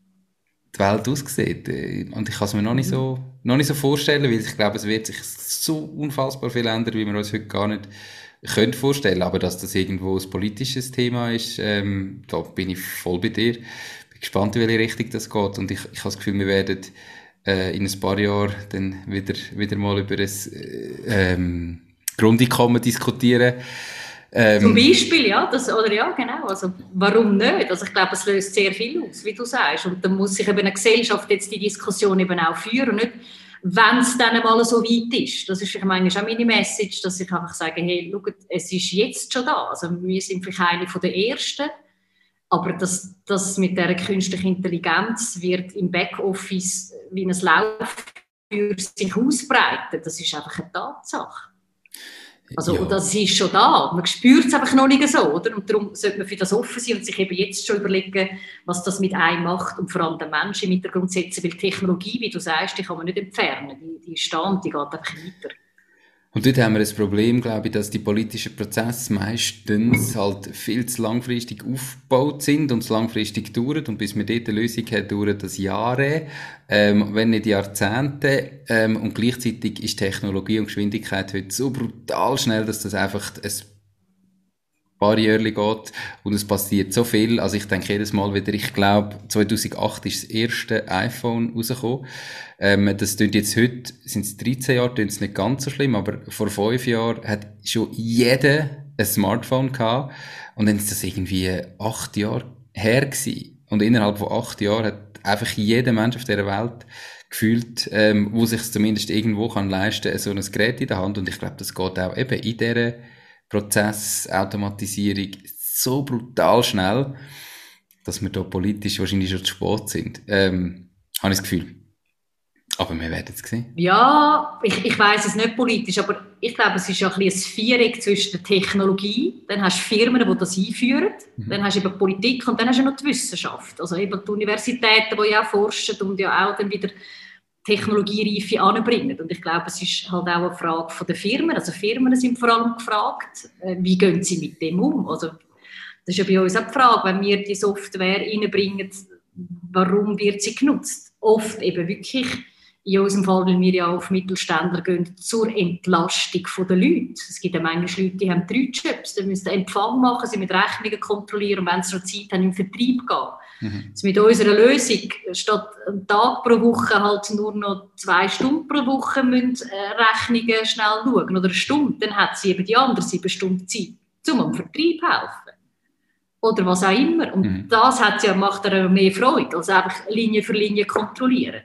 die Welt aussieht. Und ich kann es mir noch nicht so, noch nicht so vorstellen, weil ich glaube, es wird sich so unfassbar viel ändern, wie wir uns heute gar nicht können vorstellen. Aber dass das irgendwo ein politisches Thema ist, ähm, da bin ich voll bei dir. Bin gespannt, in welche Richtung das geht. Und ich, ich habe das Gefühl, wir werden äh, in ein paar Jahren dann wieder, wieder mal über ein äh, ähm, Grundeinkommen diskutieren. Ähm, Zum Beispiel, ja, das, oder ja, genau, also warum nicht? Also ich glaube, es löst sehr viel aus, wie du sagst, und dann muss sich eben eine Gesellschaft jetzt die Diskussion eben auch führen, nicht, wenn es dann mal so weit ist. Das ist ich meine, auch meine Message, dass ich einfach sage, hey, schaut, es ist jetzt schon da, also wir sind vielleicht eine der Ersten, aber das, das mit der künstlichen Intelligenz wird im Backoffice wie ein Lauffeuer sich ausbreiten, das ist einfach eine Tatsache. Also, ja. Das ist schon da. Man spürt es einfach noch nicht so, oder? Und darum sollte man für das offen sein und sich eben jetzt schon überlegen, was das mit einem macht und vor allem den Menschen im Hintergrund setzen, weil Technologie, wie du sagst, die kann man nicht entfernen. Die, die ist da und die geht einfach weiter. Und dort haben wir das Problem, glaube ich, dass die politischen Prozesse meistens halt viel zu langfristig aufgebaut sind und zu langfristig dauern. Und bis wir dort eine Lösung haben, dauert das Jahre, ähm, wenn nicht Jahrzehnte. Ähm, und gleichzeitig ist Technologie und Geschwindigkeit heute so brutal schnell, dass das einfach ein paar Jahre geht und es passiert so viel. Also ich denke jedes Mal wieder, ich glaube, zweitausendacht ist das erste iPhone rausgekommen. Ähm, das tut jetzt heute, sind es dreizehn Jahre, tut es nicht ganz so schlimm, aber vor fünf Jahren hat schon jeder ein Smartphone gehabt und dann ist das irgendwie acht Jahre her gewesen. Und innerhalb von acht Jahren hat einfach jeder Mensch auf dieser Welt gefühlt, ähm, wo sich es zumindest irgendwo kann leisten, so ein Gerät in der Hand. Und ich glaube, das geht auch eben in dieser Prozess, Automatisierung so brutal schnell, dass wir da politisch wahrscheinlich schon zu spät sind. Ähm, habe ich das Gefühl. Aber wir werden es sehen. Ja, ich, ich weiss es nicht politisch, aber ich glaube, es ist ja ein, ein Viereck zwischen der Technologie, dann hast du Firmen, die das einführen, mhm. dann hast du eben Politik und dann hast du noch die Wissenschaft. Also eben die Universitäten, die ja auch forschen und ja auch dann wieder Technologiereife anbringen. Und ich glaube, es ist halt auch eine Frage von den Firmen. Also Firmen sind vor allem gefragt, wie gehen sie mit dem um? Also das ist ja bei uns auch die Frage, wenn wir die Software reinbringen, warum wird sie genutzt? Oft eben wirklich, in unserem Fall, weil wir ja auf Mittelständler gehen, zur Entlastung der Leute. Es gibt ja manchmal Leute, die haben drei Jobs, die müssen Empfang machen, sie mit Rechnungen kontrollieren und wenn sie noch Zeit haben, im Vertrieb gehen. Mhm. Also mit unserer Lösung, statt einen Tag pro Woche halt nur noch zwei Stunden pro Woche müssen, äh, Rechnungen schnell schauen oder eine Stunde, dann hat sie eben die andere sieben Stunden Zeit, um am Vertrieb helfen. Oder was auch immer. Und mhm. das hat ja, macht ihr mehr Freude, als einfach Linie für Linie kontrollieren.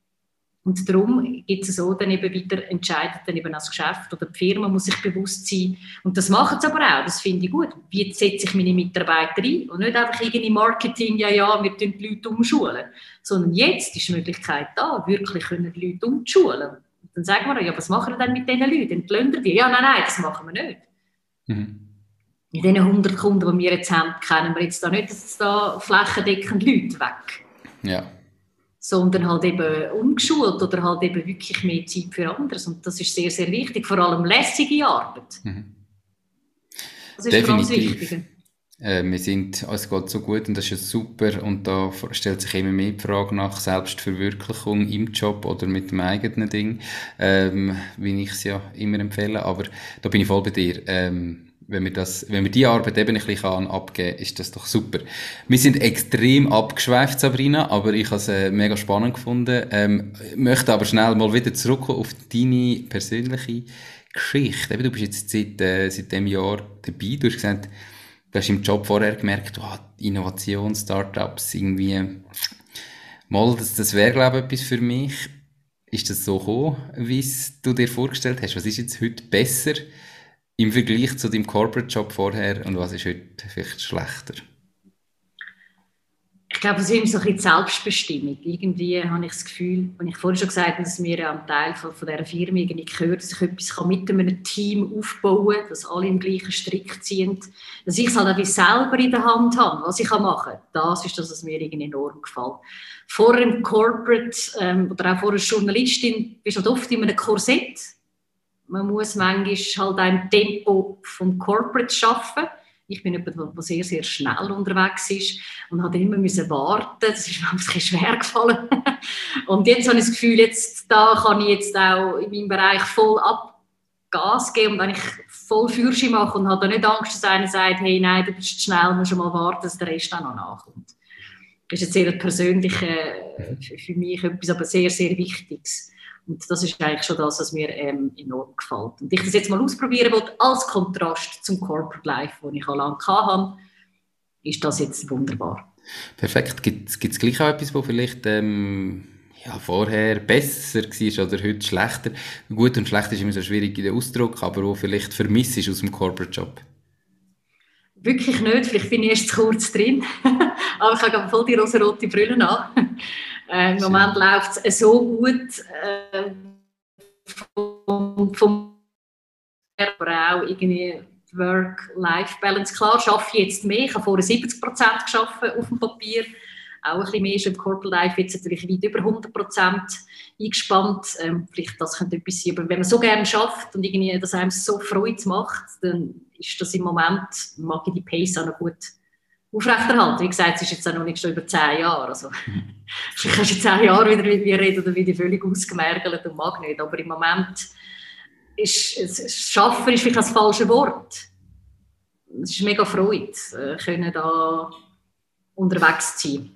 Und darum gibt es so dann eben wieder, entscheidet dann eben als Geschäft oder die Firma muss sich bewusst sein. Und das machen sie aber auch, das finde ich gut. Wie setze ich meine Mitarbeiter ein? Und nicht einfach irgendwie Marketing, ja, ja, wir tun die Leute umschulen. Sondern jetzt ist die Möglichkeit da, wirklich können die Leute umschulen. Und dann sagen wir, ja, was machen wir denn mit diesen Leuten? Entlöhnen wir die? Ja, nein, nein, das machen wir nicht. Mhm. In diesen hundert Kunden, die wir jetzt haben, kennen wir jetzt da nicht, dass da flächendeckend Leute weg. Ja. Sondern halt eben umgeschult oder halt eben wirklich mehr Zeit für anderes. Und das ist sehr, sehr wichtig, vor allem lässige Arbeit. Mhm. Das ist definitiv. Ganz wichtig. Äh, wir sind, es geht so gut und das ist ja super und da stellt sich immer mehr die Frage nach Selbstverwirklichung im Job oder mit dem eigenen Ding, ähm, wie ich es ja immer empfehle, aber da bin ich voll bei dir. Ähm, Wenn wir das, wenn wir die Arbeit eben ein bisschen abgeben kann, ist das doch super. Wir sind extrem abgeschweift, Sabrina, aber ich habe es äh, mega spannend gefunden. Ähm, möchte aber schnell mal wieder zurückkommen auf deine persönliche Geschichte. Eben, du bist jetzt seit, äh, seit dem Jahr dabei. Du hast gesagt, du hast im Job vorher gemerkt, oh, Innovation, Startups, irgendwie, mal, das, das wäre, glaube ich, etwas für mich. Ist das so gekommen, wie es du dir vorgestellt hast? Was ist jetzt heute besser im Vergleich zu deinem Corporate-Job vorher und was ist heute vielleicht schlechter? glaube, es ist immer so ein bisschen die Selbstbestimmung. Irgendwie habe ich das Gefühl, und ich vorhin schon gesagt habe, dass mir ein Teil von, von dieser Firma irgendwie gehört, dass ich etwas mit einem Team aufbauen kann, dass alle im gleichen Strick ziehen, dass ich es halt auch wie selber in der Hand habe, was ich machen kann. Das ist das, was mir irgendwie enorm gefällt. Vor einem Corporate ähm, oder auch vor einer Journalistin bist du halt oft in einem Korsett. Man muss manchmal halt auch im Tempo vom Corporate arbeiten. Ich bin jemand, der sehr, sehr schnell unterwegs ist und musste immer müssen warten. Das ist mir ein bisschen schwer gefallen. Und jetzt habe ich das Gefühl, jetzt, da kann ich jetzt auch in meinem Bereich voll ab Gas geben. Und wenn ich voll Führerschein mache und habe da nicht Angst, dass einer sagt, hey, nein, du bist zu schnell, musst schon mal warten, dass der Rest auch noch nachkommt. Das ist jetzt sehr persönlich äh, für mich etwas, aber sehr, sehr Wichtiges. Und das ist eigentlich schon das, was mir ähm, enorm gefällt. Und ich das jetzt mal ausprobieren wollte, als Kontrast zum Corporate Life, das ich auch lange hatte, ist das jetzt wunderbar. Perfekt. Gibt es gleich auch etwas, was vielleicht ähm, ja, vorher besser war oder heute schlechter? Gut und schlecht ist immer so schwierig in den Ausdruck, aber wo vielleicht vermisst ist aus dem Corporate-Job? Wirklich nicht, vielleicht bin ich erst zu kurz drin. Aber ich habe voll die rosarote Brille an. Äh, Im Moment läuft es so gut äh, vom, vom aber auch irgendwie Work-Life-Balance. Klar, ich arbeite jetzt mehr. Ich habe vorher siebzig Prozent gearbeitet auf dem Papier. Auch ein bisschen mehr ist im Corporate Life jetzt natürlich weit über hundert Prozent eingespannt. Ähm, vielleicht das könnte etwas sein. Aber wenn man so gerne arbeitet und irgendwie das einem so Freude macht, dann ist das im Moment, mag ich die Pace auch noch gut aufrechterhalten. Wie gesagt, es ist jetzt auch noch nicht schon über zehn Jahre. Also, vielleicht kannst du in zehn Jahren wieder mit mir reden oder wieder völlig ausgemergelt und mag nicht. Aber im Moment ist es, Schaffen ist vielleicht das falsche Wort. Es ist mega Freude, können da unterwegs zu sein.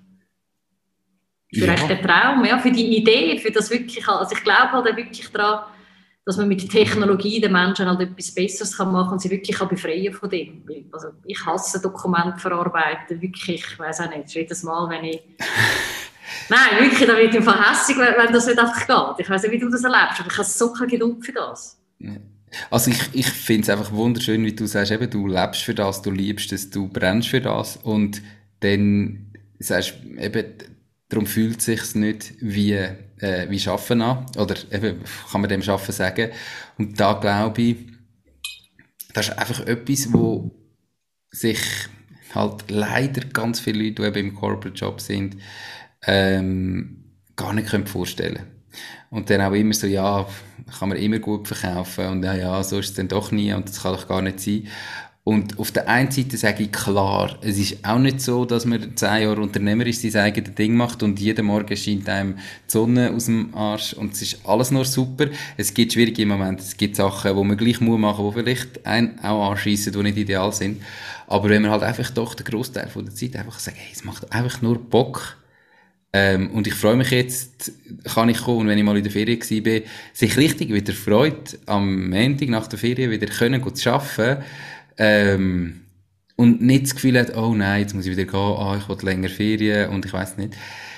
Für ja. den Traum, ja, für die Idee, für das wirklich, also ich glaube halt wirklich daran, dass man mit Technologie den Menschen halt etwas Besseres kann machen und sie wirklich kann befreien von dem. Also ich hasse Dokumente verarbeiten, wirklich, ich weiss auch nicht, jedes Mal, wenn ich... Nein, wirklich, da wird ich einfach hässig, wenn, wenn das nicht einfach geht. Ich weiss nicht, wie du das erlebst, aber ich habe so keine Geduld für das. Also ich, ich finde es einfach wunderschön, wie du sagst, eben, du lebst für das, du liebst es, du brennst für das und dann sagst eben, darum fühlt es sich nicht wie, äh, wie Schaffen an. Oder eben, kann man dem Schaffen sagen. Und da glaube ich, das ist einfach etwas, wo sich halt leider ganz viele Leute, die eben im Corporate-Job sind, ähm, gar nicht können vorstellen. Und dann auch immer so, ja, kann man immer gut verkaufen. Und ja, ja, so ist es dann doch nie. Und das kann doch gar nicht sein. Und auf der einen Seite sage ich klar, es ist auch nicht so, dass man zehn Jahre unternehmerisch sein eigenes Ding macht und jeden Morgen scheint einem die Sonne aus dem Arsch und es ist alles nur super. Es gibt schwierige Momente, es gibt Sachen, wo man gleich muss machen, die vielleicht einen auch anschiessen, die nicht ideal sind. Aber wenn man halt einfach doch den Grossteil von der Zeit einfach sagt, hey, es macht einfach nur Bock. Ähm, und ich freue mich jetzt, kann ich kommen, und wenn ich mal in der Ferien war, sich richtig wieder freut, am Montag nach der Ferien wieder können, gut zu arbeiten. Ähm, und nicht das Gefühl hat, oh nein, jetzt muss ich wieder gehen, ah, ich will länger Ferien und ich weiss nicht.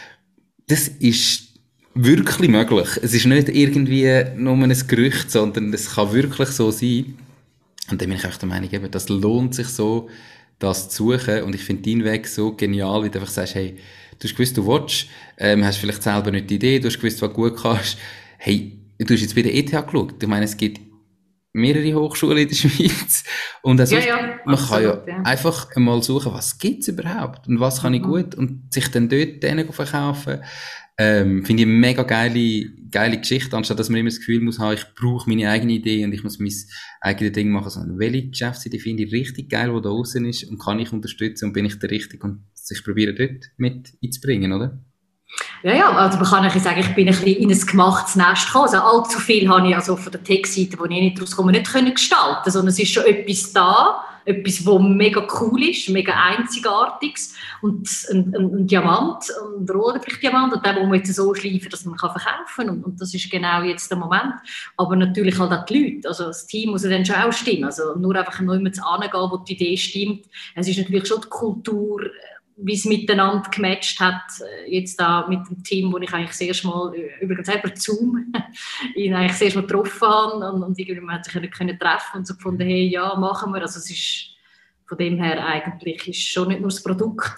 Das ist wirklich möglich. Es ist nicht irgendwie nur ein Gerücht, sondern es kann wirklich so sein. Und dann bin ich auch der Meinung, eben, das lohnt sich so, das zu suchen. Und ich finde deinen Weg so genial, wie du einfach sagst, hey, du hast gewusst, du willst, ähm, hast vielleicht selber nicht die Idee, du hast gewusst, was du gut kannst. Hey, du hast jetzt bei der E T H geschaut. Ich meine, es gibt mehrere Hochschulen in der Schweiz. Und also, ja, ja, man absolut, kann ja, ja einfach mal suchen, was gibt's überhaupt und was kann mhm. ich gut und sich dann dort denen verkaufen. Ähm, finde ich eine mega geile, geile Geschichte, anstatt dass man immer das Gefühl muss haben, ich brauche meine eigene Idee und ich muss mein eigenes Ding machen. Sondern welche Geschäftsidee finde ich richtig geil, die da außen ist und kann ich unterstützen und bin ich der Richtige und ich probiere dort mit einzubringen, oder? Ja, ja, also man kann eigentlich sagen, ich bin ein bisschen in ein gemachtes Nest gekommen. Also allzu viel habe ich also von der Tech-Seite, wo ich nicht rauskomme, nicht können gestalten, sondern es ist schon etwas da, etwas, was mega cool ist, mega einzigartiges und ein, ein, ein Diamant, ein roter Diamant, und den muss man jetzt so schleifen, dass man kann verkaufen kann und, und das ist genau jetzt der Moment. Aber natürlich halt auch die Leute, also das Team muss ja dann schon auch stimmen, also nur einfach nur immer zu angehen, wo die Idee stimmt. Es ist natürlich schon die Kultur, wie es miteinander gematcht hat, jetzt da mit dem Team, wo ich eigentlich das erste Mal, übrigens über Zoom, ihn eigentlich das erste Mal getroffen habe und, und irgendwie man hat sich nicht können treffen und so gefunden, hey, ja, machen wir. Also es ist von dem her eigentlich ist schon nicht nur das Produkt,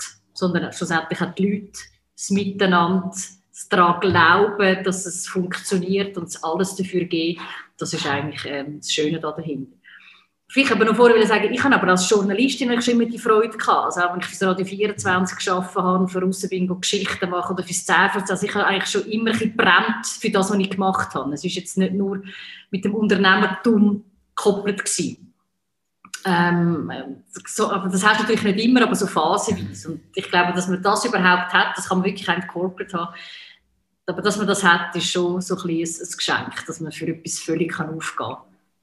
sondern schlussendlich auch die Leute, das Miteinander, das daran glauben, dass es funktioniert und es alles dafür geht. Das ist eigentlich ähm, das Schöne da dahinter. Vielleicht aber noch vorher will ich sagen, ich habe aber als Journalistin schon immer die Freude gehabt. Also auch wenn ich für das Radio vierundzwanzig gearbeitet habe, für raus bin, Geschichten machen oder fürs zehn. Also ich habe eigentlich schon immer ein bisschen gebrannt für das, was ich gemacht habe. Es war jetzt nicht nur mit dem Unternehmertum gekoppelt gewesen. Ähm, so, aber das hast du natürlich nicht immer, aber so phasenweise. Und ich glaube, dass man das überhaupt hat, das kann man wirklich ein Corporate haben. Aber dass man das hat, ist schon so ein, bisschen ein Geschenk, dass man für etwas völlig aufgehen kann.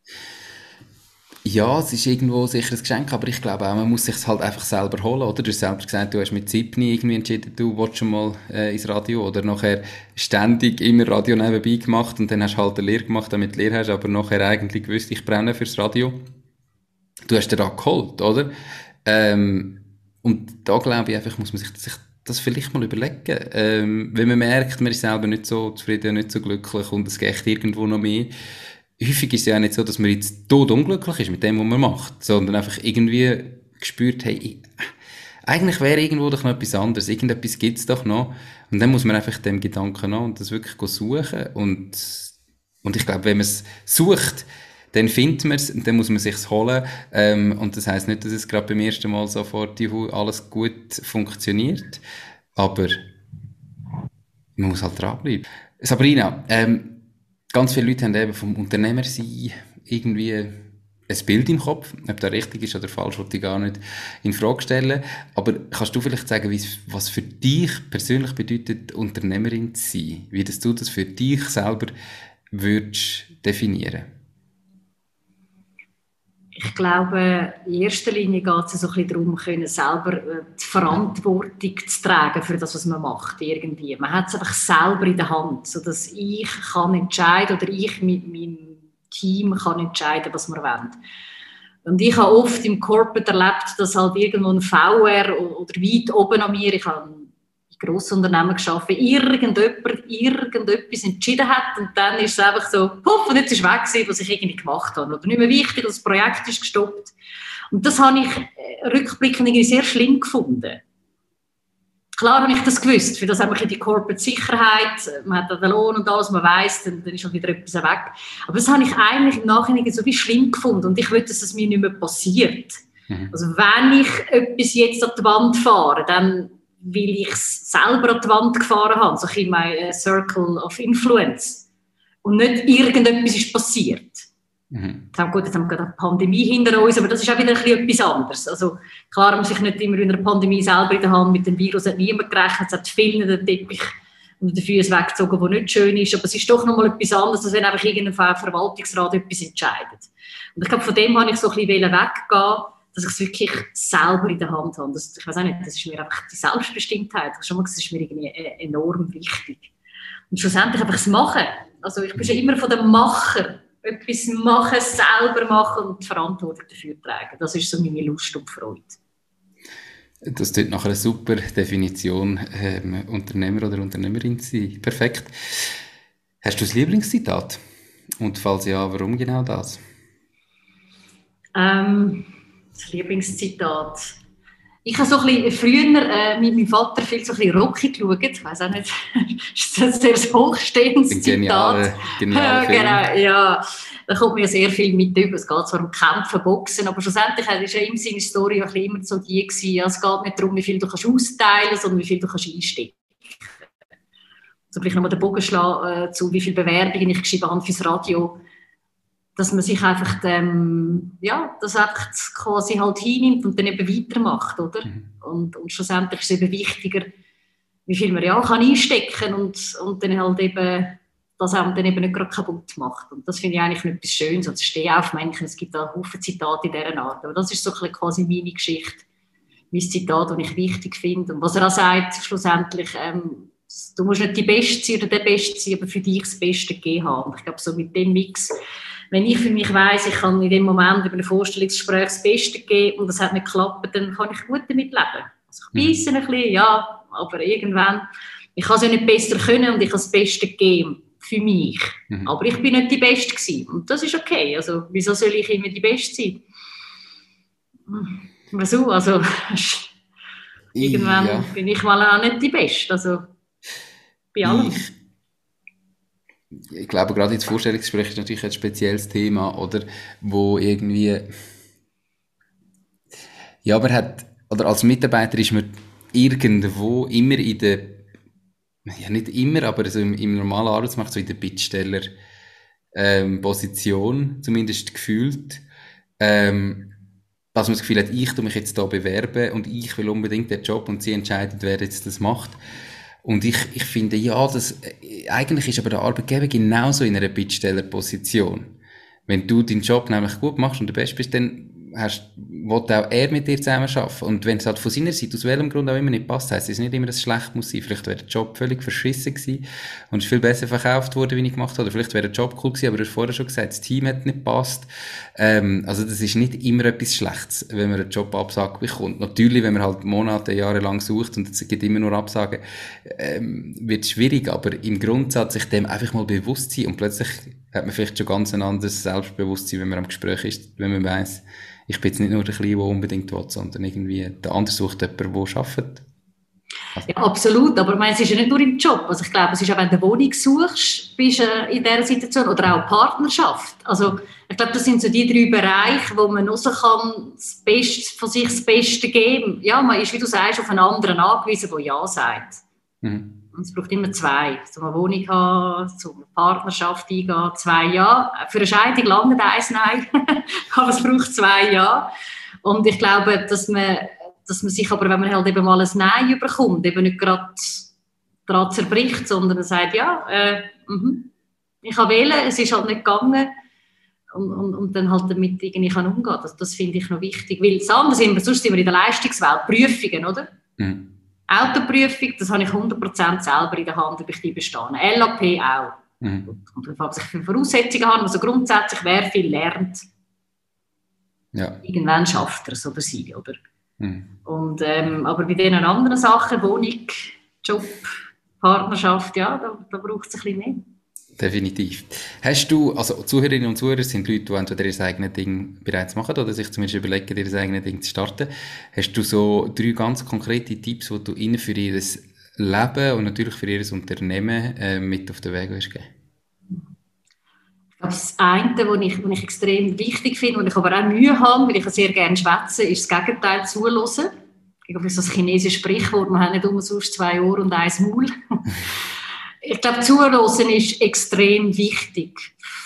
Ja, es ist irgendwo sicher ein Geschenk, aber ich glaube auch, man muss sich es halt einfach selber holen, oder? Du hast selber gesagt, du hast mit siebzehn irgendwie entschieden, du willst schon mal äh, ins Radio, oder nachher ständig immer Radio nebenbei gemacht und dann hast du halt eine Lehre gemacht, damit du Lehre hast, aber nachher eigentlich gewusst, ich brenne fürs Radio. Du hast dir da geholt, oder? Ähm, und da glaube ich einfach, muss man sich, sich das vielleicht mal überlegen. Ähm, wenn man merkt, man ist selber nicht so zufrieden, nicht so glücklich und es geht irgendwo noch mehr. Häufig ist es ja auch nicht so, dass man jetzt tot unglücklich ist mit dem, was man macht, sondern einfach irgendwie gespürt, hey, ich, eigentlich wäre irgendwo doch noch etwas anderes, irgendetwas gibt es doch noch. Und dann muss man einfach dem Gedanken noch und das wirklich suchen. Und, und ich glaube, wenn man es sucht, dann findet man es und dann muss man es sich holen. Ähm, und das heisst nicht, dass es gerade beim ersten Mal sofort alles gut funktioniert. Aber man muss halt dranbleiben. Sabrina, ähm, ganz viele Leute haben eben vom Unternehmersein irgendwie ein Bild im Kopf. Ob das richtig ist oder falsch, wollte ich gar nicht in Frage stellen. Aber kannst du vielleicht sagen, was für dich persönlich bedeutet, Unternehmerin zu sein? Wie dass du das für dich selber würdest definieren? Ich glaube, in erster Linie geht es so ein bisschen darum, können selber die Verantwortung zu tragen für das, was man macht. Irgendwie. Man hat es einfach selber in der Hand, sodass ich kann entscheiden oder ich mit meinem Team kann entscheiden, was wir wollen. Und ich habe oft im Corporate erlebt, dass halt irgendwo ein V R oder weit oben an mir, ich habe in grossen Unternehmen gearbeitet, irgendjemand irgendetwas entschieden hat und dann ist es einfach so, puff, und jetzt ist weg gewesen, was ich irgendwie gemacht habe. Oder nicht mehr wichtig, das Projekt ist gestoppt. Und das habe ich rückblickend irgendwie sehr schlimm gefunden. Klar habe ich das gewusst, für das haben wir die Corporate Sicherheit, man hat den Lohn und alles, man weiss, dann, dann ist schon wieder etwas weg. Aber das habe ich eigentlich im Nachhinein so wie schlimm gefunden und ich will, dass es mir nicht mehr passiert. Mhm. Also wenn ich etwas jetzt an die Wand fahre, dann weil ich es selber an die Wand gefahren habe, so in meinem Circle of Influence. Und nicht irgendetwas ist passiert. Mhm. Jetzt haben, gut, jetzt haben wir gerade eine Pandemie hinter uns, aber das ist auch wieder ein bisschen etwas anderes. Also klar, man sich nicht immer in einer Pandemie selber in der Hand, mit dem Virus hat niemand gerechnet, es hat vielen den Teppich unter den Füßen weggezogen, der nicht schön ist, aber es ist doch nochmal etwas anderes, als wenn einfach irgendein Verwaltungsrat etwas entscheidet. Und ich glaube, von dem habe ich so ein bisschen weggehen, dass ich es wirklich selber in der Hand habe. Das, ich weiß auch nicht, das ist mir einfach die Selbstbestimmtheit. Das ist mir irgendwie enorm wichtig. Und schlussendlich einfach das Machen. Also ich bin schon immer von dem Macher. Etwas machen, selber machen und die Verantwortung dafür tragen. Das ist so meine Lust und Freude. Das tut nach einer super Definition ähm, Unternehmer oder Unternehmerin sein. Perfekt. Hast du ein Lieblingszitat? Und falls ja, warum genau das? Ähm... Das Lieblingszitat. Ich habe so ein bisschen früher äh, mit meinem Vater viel so ein bisschen Rocky geschaut. Ich weiss auch nicht, ist das ein sehr hochstehendes Zitat? Geniale, geniale Film. Genau, ja. Da kommt mir sehr viel mit über. Es geht zwar um Kämpfen, Boxen, aber schlussendlich war ja immer seine Story auch immer so die gewesen, ja, es geht nicht darum, wie viel du kannst austeilen, sondern wie viel du kannst einstecken. Also vielleicht nochmal den Bogen schlagen äh, zu, wie viele Bewerbungen ich geschrieben habe fürs Radio. Dass man sich einfach ähm, ja, das einfach quasi halt hinnimmt und dann eben weitermacht, oder? Mhm. Und, und schlussendlich ist es eben wichtiger, wie viel man ja kann einstecken und, und dann halt eben das einem dann eben nicht gerade kaputt macht. Und das finde ich eigentlich etwas Schönes. Und ich stehe auf Menschen, es gibt auch Haufen Zitate in dieser Art. Aber das ist so quasi meine Geschichte, mein Zitat, das ich wichtig finde. Und was er auch sagt, schlussendlich, ähm, du musst nicht die Beste sein oder der Beste sein, aber für dich das Beste gegeben haben. Und ich glaube, so mit dem Mix, wenn ich für mich weiss, ich kann in dem Moment über ein Vorstellungsgespräch das Beste geben und das hat nicht geklappt, dann kann ich gut damit leben. Also ich beisse ein bisschen, ja, aber irgendwann, ich kann es ja nicht besser können und ich kann das Beste geben für mich. Mhm. Aber ich bin nicht die Beste gewesen. Und das ist okay. Also wieso soll ich immer die Beste sein? Wieso? Also Irgendwann Ja. bin ich mal auch nicht die Beste, also bei allem. Ich, ich glaube, gerade jetzt Vorstellungsgespräch ist natürlich ein spezielles Thema, oder? Wo irgendwie, ja, man hat, oder als Mitarbeiter ist man irgendwo immer in der, ja nicht immer, aber so im, im normalen Arbeitsmarkt, so in der Bittsteller, ähm, Position, zumindest gefühlt, ähm, dass man das Gefühl hat, ich tu mich jetzt da bewerben und ich will unbedingt den Job und sie entscheidet, wer jetzt das macht. Und ich, ich finde, ja, das, äh, eigentlich ist aber der Arbeitgeber genauso in einer Bittstellerposition. Wenn du deinen Job nämlich gut machst und der Beste bist, dann hast, will auch er mit dir zusammen arbeiten. Und wenn es halt von seiner Seite, aus welchem Grund auch immer nicht passt, heisst es nicht immer, dass es schlecht muss sein. Vielleicht wäre der Job völlig verschissen gewesen und ist viel besser verkauft worden, wie ich gemacht habe. Oder vielleicht wäre der Job cool gewesen, aber du hast vorher schon gesagt, das Team hat nicht gepasst. Ähm, also das ist nicht immer etwas Schlechtes, wenn man einen Jobabsage bekommt. Natürlich, wenn man halt Monate, Jahre lang sucht und es gibt immer nur Absagen, ähm, wird es schwierig, aber im Grundsatz sich dem einfach mal bewusst sein und plötzlich hat man vielleicht schon ganz ein anderes Selbstbewusstsein, wenn man am Gespräch ist, wenn man weiss, ich bin jetzt nicht nur der Kleine, der unbedingt will, sondern irgendwie der andere sucht jemanden, der arbeitet. Also. Ja, absolut, aber ich meine, es ist ja nicht nur im Job. Also ich glaube, es ist auch, wenn du eine Wohnung suchst, bist du in dieser Situation, oder auch Partnerschaft. Also ich glaube, das sind so die drei Bereiche, wo man raus kann, das Beste, von sich das Beste geben. Ja, man ist, wie du sagst, auf einen anderen angewiesen, der Ja sagt. Mhm. Und es braucht immer zwei, um eine Wohnung zu haben, um eine Partnerschaft eingehen, zwei Ja. Für eine Scheidung lange eins Nein, aber es braucht zwei Ja. Und ich glaube, dass man, dass man sich aber, wenn man halt eben mal ein Nein überkommt, eben nicht gerade daran zerbricht, sondern sagt, ja, äh, m-hm, ich kann wählen, es ist halt nicht gegangen. Und, und, und dann halt damit irgendwie kann umgehen. Das, das finde ich noch wichtig. Weil das andere sind wir, sonst sind wir in der Leistungswelt, Prüfungen, oder? Mhm. Autoprüfung, das habe ich hundert Prozent selber in der Hand, ob ich die bestehe. L A P auch. Mhm. Und was ich für Voraussetzungen habe, also grundsätzlich, wer viel lernt, ja. Irgendwann schafft er es oder sie, oder? Mhm. Und, ähm, aber bei den anderen Sachen, Wohnung, Job, Partnerschaft, ja, da, da braucht es ein bisschen mehr. Definitiv. Hast du, also Zuhörerinnen und Zuhörer sind Leute, die entweder ihr eigenes Ding bereits machen oder sich zumindest überlegen, ihr eigenes Ding zu starten. Hast du so drei ganz konkrete Tipps, die du ihnen für ihr Leben und natürlich für ihr Unternehmen äh, mit auf den Weg geben? Das eine, was ich, was ich extrem wichtig finde, und ich aber auch Mühe habe, weil ich sehr gerne schwätze, ist das Gegenteil zuhören. Ich glaube, das ist ein chinesisches Sprichwort, man hat nicht umsonst zwei Ohren und ein Maul. Ich glaube, Zuhören ist extrem wichtig.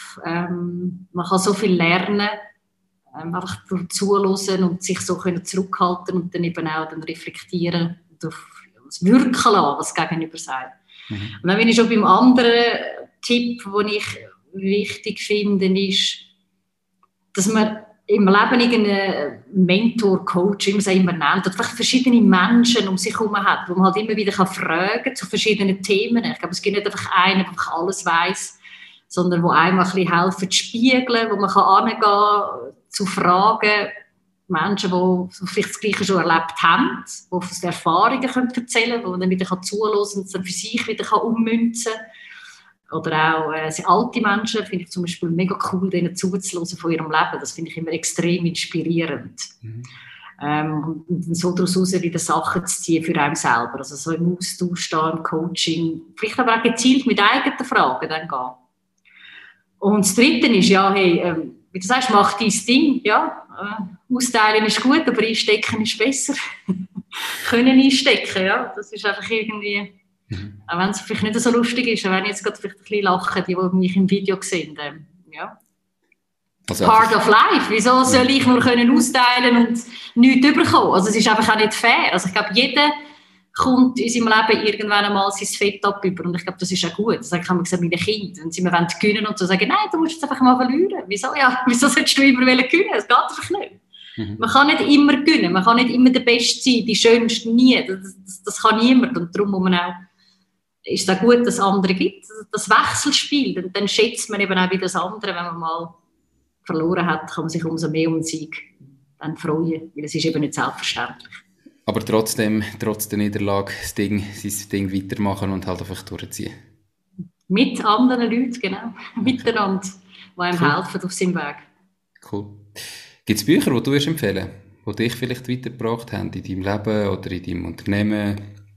Ähm, man kann so viel lernen, ähm, einfach durch Zuhören und sich so können zurückhalten und dann eben auch dann reflektieren und auf das Wirken lassen, was das Gegenüber sagt. Mhm. Und dann bin ich schon beim anderen Tipp, den ich wichtig finde, ist, dass man im Leben irgendeinen Mentor, Coach, wie man es immer nennt, oder vielleicht verschiedene Menschen um sich herum hat, wo man halt immer wieder fragen kann zu verschiedenen Themen. Ich glaube, es gibt nicht einfach einen, der einfach alles weiss, sondern wo einem ein bisschen helfen zu spiegeln, wo man kann hingehen kann, zu fragen, Menschen, die vielleicht das Gleiche schon erlebt haben, die von den Erfahrungen können erzählen können, wo man dann wieder zuhören kann und es dann für sich wieder ummünzen kann. Oder auch äh, alte Menschen finde ich zum Beispiel mega cool, denen zuzuhören von ihrem Leben. Das finde ich immer extrem inspirierend. Mhm. Ähm, und so daraus heraus wieder Sachen zu ziehen für einen selber. Also so im Austausch, da, im Coaching. Vielleicht aber auch gezielt mit eigenen Fragen dann gehen. Und das Dritte ist, ja, hey, ähm, wie du sagst, mach dein Ding. Ja, äh, austeilen ist gut, aber einstecken ist besser. Können einstecken, ja. Das ist einfach irgendwie... Mhm. Auch wenn es vielleicht nicht so lustig ist, wenn ich jetzt gerade vielleicht ein bisschen lache, die, die mich im Video sehen. Ähm, ja. Also Part of life. Wieso soll ich nur können austeilen und nichts bekommen? Also es ist einfach auch nicht fair. Also ich glaube, jeder kommt in seinem Leben irgendwann einmal sein Fett ab über. Und ich glaube, das ist auch gut. Das habe ich gesagt, meine Kinder, wenn sie mir gewinnen und so sagen, nein, du musst jetzt einfach mal verlieren. Wieso? Ja, wieso sollst du immer gewinnen? Das geht einfach nicht. Mhm. Man kann nicht immer gewinnen. Man kann nicht immer der Beste sein, die Schönste nie. Das, das, das kann niemand. Und darum muss man auch ist es auch gut, dass es andere gibt, das Wechselspiel, dann, dann schätzt man eben auch wieder das andere, wenn man mal verloren hat, kann man sich umso mehr um den Sieg dann freuen, weil es ist eben nicht selbstverständlich. Aber trotzdem, trotz der Niederlage, das Ding, sein Ding weitermachen und halt einfach durchziehen. Mit anderen Leuten, genau, okay. Miteinander, die einem cool. helfen auf seinem Weg. Cool. Gibt es Bücher, die du empfehlen die dich vielleicht weitergebracht haben in deinem Leben oder in deinem Unternehmen?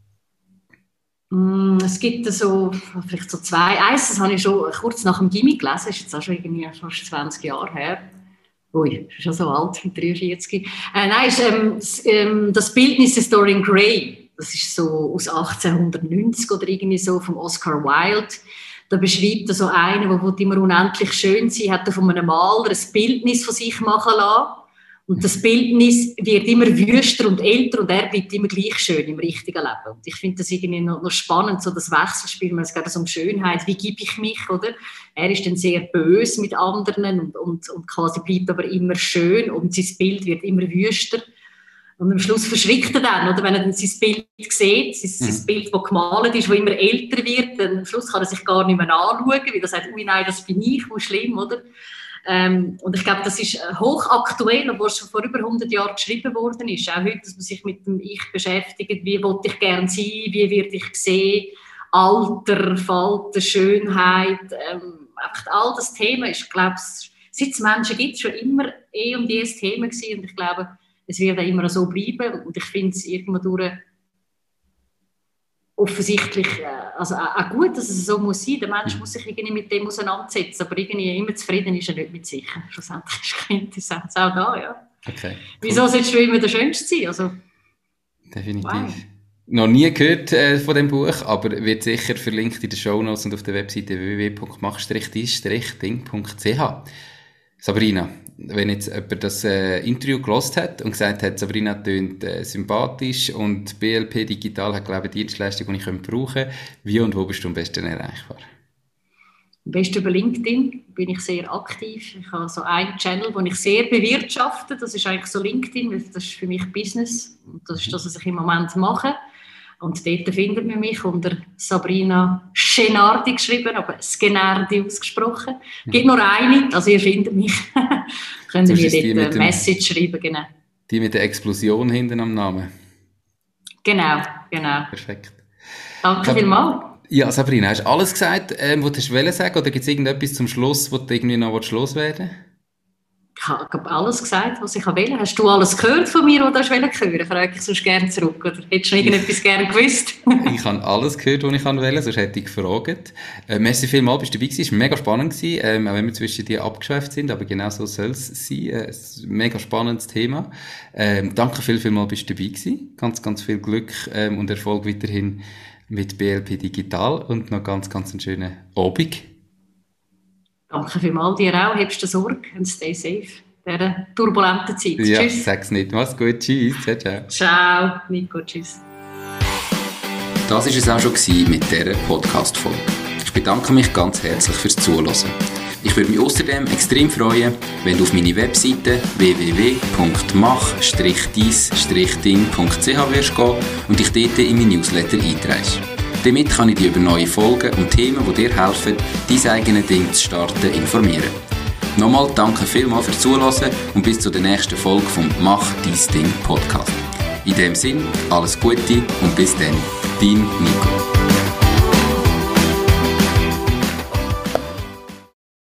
Mm, es gibt so, vielleicht so zwei. Eins, das habe ich schon kurz nach dem Gimmi gelesen, das ist jetzt auch schon irgendwie fast zwanzig Jahre her. Ui, schon so alt, mit dreiundvierzig. Äh, nein, ist, ähm, das, ähm, das Bildnis des Dorian Gray, das ist so aus achtzehnhundertneunzig oder irgendwie so, vom Oscar Wilde. Da beschreibt er so einen, der immer unendlich schön sein, hat er von einem Maler ein Bildnis von sich machen lassen. Und das Bildnis wird immer wüster und älter und er bleibt immer gleich schön im richtigen Leben. Und ich finde das irgendwie noch, noch spannend, so das Wechselspiel, es geht um Schönheit, wie gebe ich mich, oder? Er ist dann sehr böse mit anderen und, und, und quasi bleibt aber immer schön und sein Bild wird immer wüster. Und am Schluss verschrickt er dann, oder? Wenn er dann sein Bild sieht, sein, sein Bild, das gemalt ist, das immer älter wird, dann am Schluss kann er sich gar nicht mehr anschauen, weil er sagt, ui nein, das bin ich, wie schlimm, oder? Ähm, und ich glaube, das ist hochaktuell, obwohl es schon vor über hundert Jahren geschrieben worden ist. Auch heute, dass man sich mit dem Ich beschäftigt, wie wollte ich gerne sein, wie werde ich gesehen, Alter, Falten, Schönheit, ähm, einfach all das Thema ist, ich glaube, seit es Menschen gibt, schon immer eh um dieses Thema gewesen. Und ich glaube, es wird auch immer so bleiben. Und ich finde es irgendwo durch offensichtlich, also auch gut, dass es so muss sein. Der Mensch muss sich irgendwie mit dem auseinandersetzen, aber irgendwie immer zufrieden ist er nicht mit sich. Schlussendlich ist Quintessenz auch da, ja. Okay, cool. Wieso sollst du immer der Schönste sein? Also, definitiv. Wow. Noch nie gehört äh, von dem Buch, aber wird sicher verlinkt in den Shownotes und auf der Webseite w w w punkt mach dies ding punkt c h. Sabrina, wenn jetzt jemand das äh, Interview gehört hat und gesagt hat, Sabrina tönt äh, sympathisch und B L P Digital hat, glaube ich, eine Dienstleistung, die ich brauchen könnte, wie und wo bist du am besten erreichbar? Am besten über LinkedIn bin ich sehr aktiv. Ich habe so einen Channel, den ich sehr bewirtschafte. Das ist eigentlich so LinkedIn, weil das ist für mich Business. Und das ist das, was ich im Moment mache. Und dort findet man mich unter Sabrina Schenardi geschrieben, aber Skenardi ausgesprochen. Es gibt nur eine, also ihr findet mich. Könnt ihr mir dort eine Message schreiben, genau. Die mit der Explosion hinten am Namen. Genau, genau. Perfekt. Danke Sab- vielmals. Ja, Sabrina, hast du alles gesagt, ähm, was du wollen sagen, oder gibt es irgendetwas zum Schluss, wo du irgendwie noch loswerden willst? Ich habe alles gesagt, was ich wollte. Hast du alles gehört von mir, was du hören wolltest? Frage ich sonst gerne zurück. Oder hättest du noch irgendetwas gerne gewusst? Ich habe alles gehört, was ich wollte, sonst hätte ich gefragt. Äh, merci vielmals, bist du dabei gewesen. Es war mega spannend gewesen, ähm, auch wenn wir zwischen dir abgeschweift sind, aber genau so soll es sein. Äh, es ist ein mega spannendes Thema. Ähm, danke viel, vielmals, bist du dabei gewesen. Ganz, ganz viel Glück ähm, und Erfolg weiterhin mit B L P Digital und noch ganz, ganz einen schönen Abend. Danke vielmals, dir auch. Habst du Sorge und stay safe in dieser turbulenten Zeit. Ja, Tschüss. sag's nicht. Mach's gut. Tschüss. Ciao, ciao. Ciao, Nico. Tschüss. Das war es auch schon mit dieser Podcast-Folge. Ich bedanke mich ganz herzlich fürs Zuhören. Ich würde mich außerdem extrem freuen, wenn du auf meine Webseite w w w punkt mach dies ding punkt c h wirst gehen und dich dort in mein Newsletter einträgst. Damit kann ich dich über neue Folgen und Themen, die dir helfen, dein eigenes Ding zu starten, informieren. Nochmal danke vielmals fürs Zuhören und bis zur nächsten Folge vom Mach dies Ding Podcast. In dem Sinn, alles Gute und bis dann, dein Nico.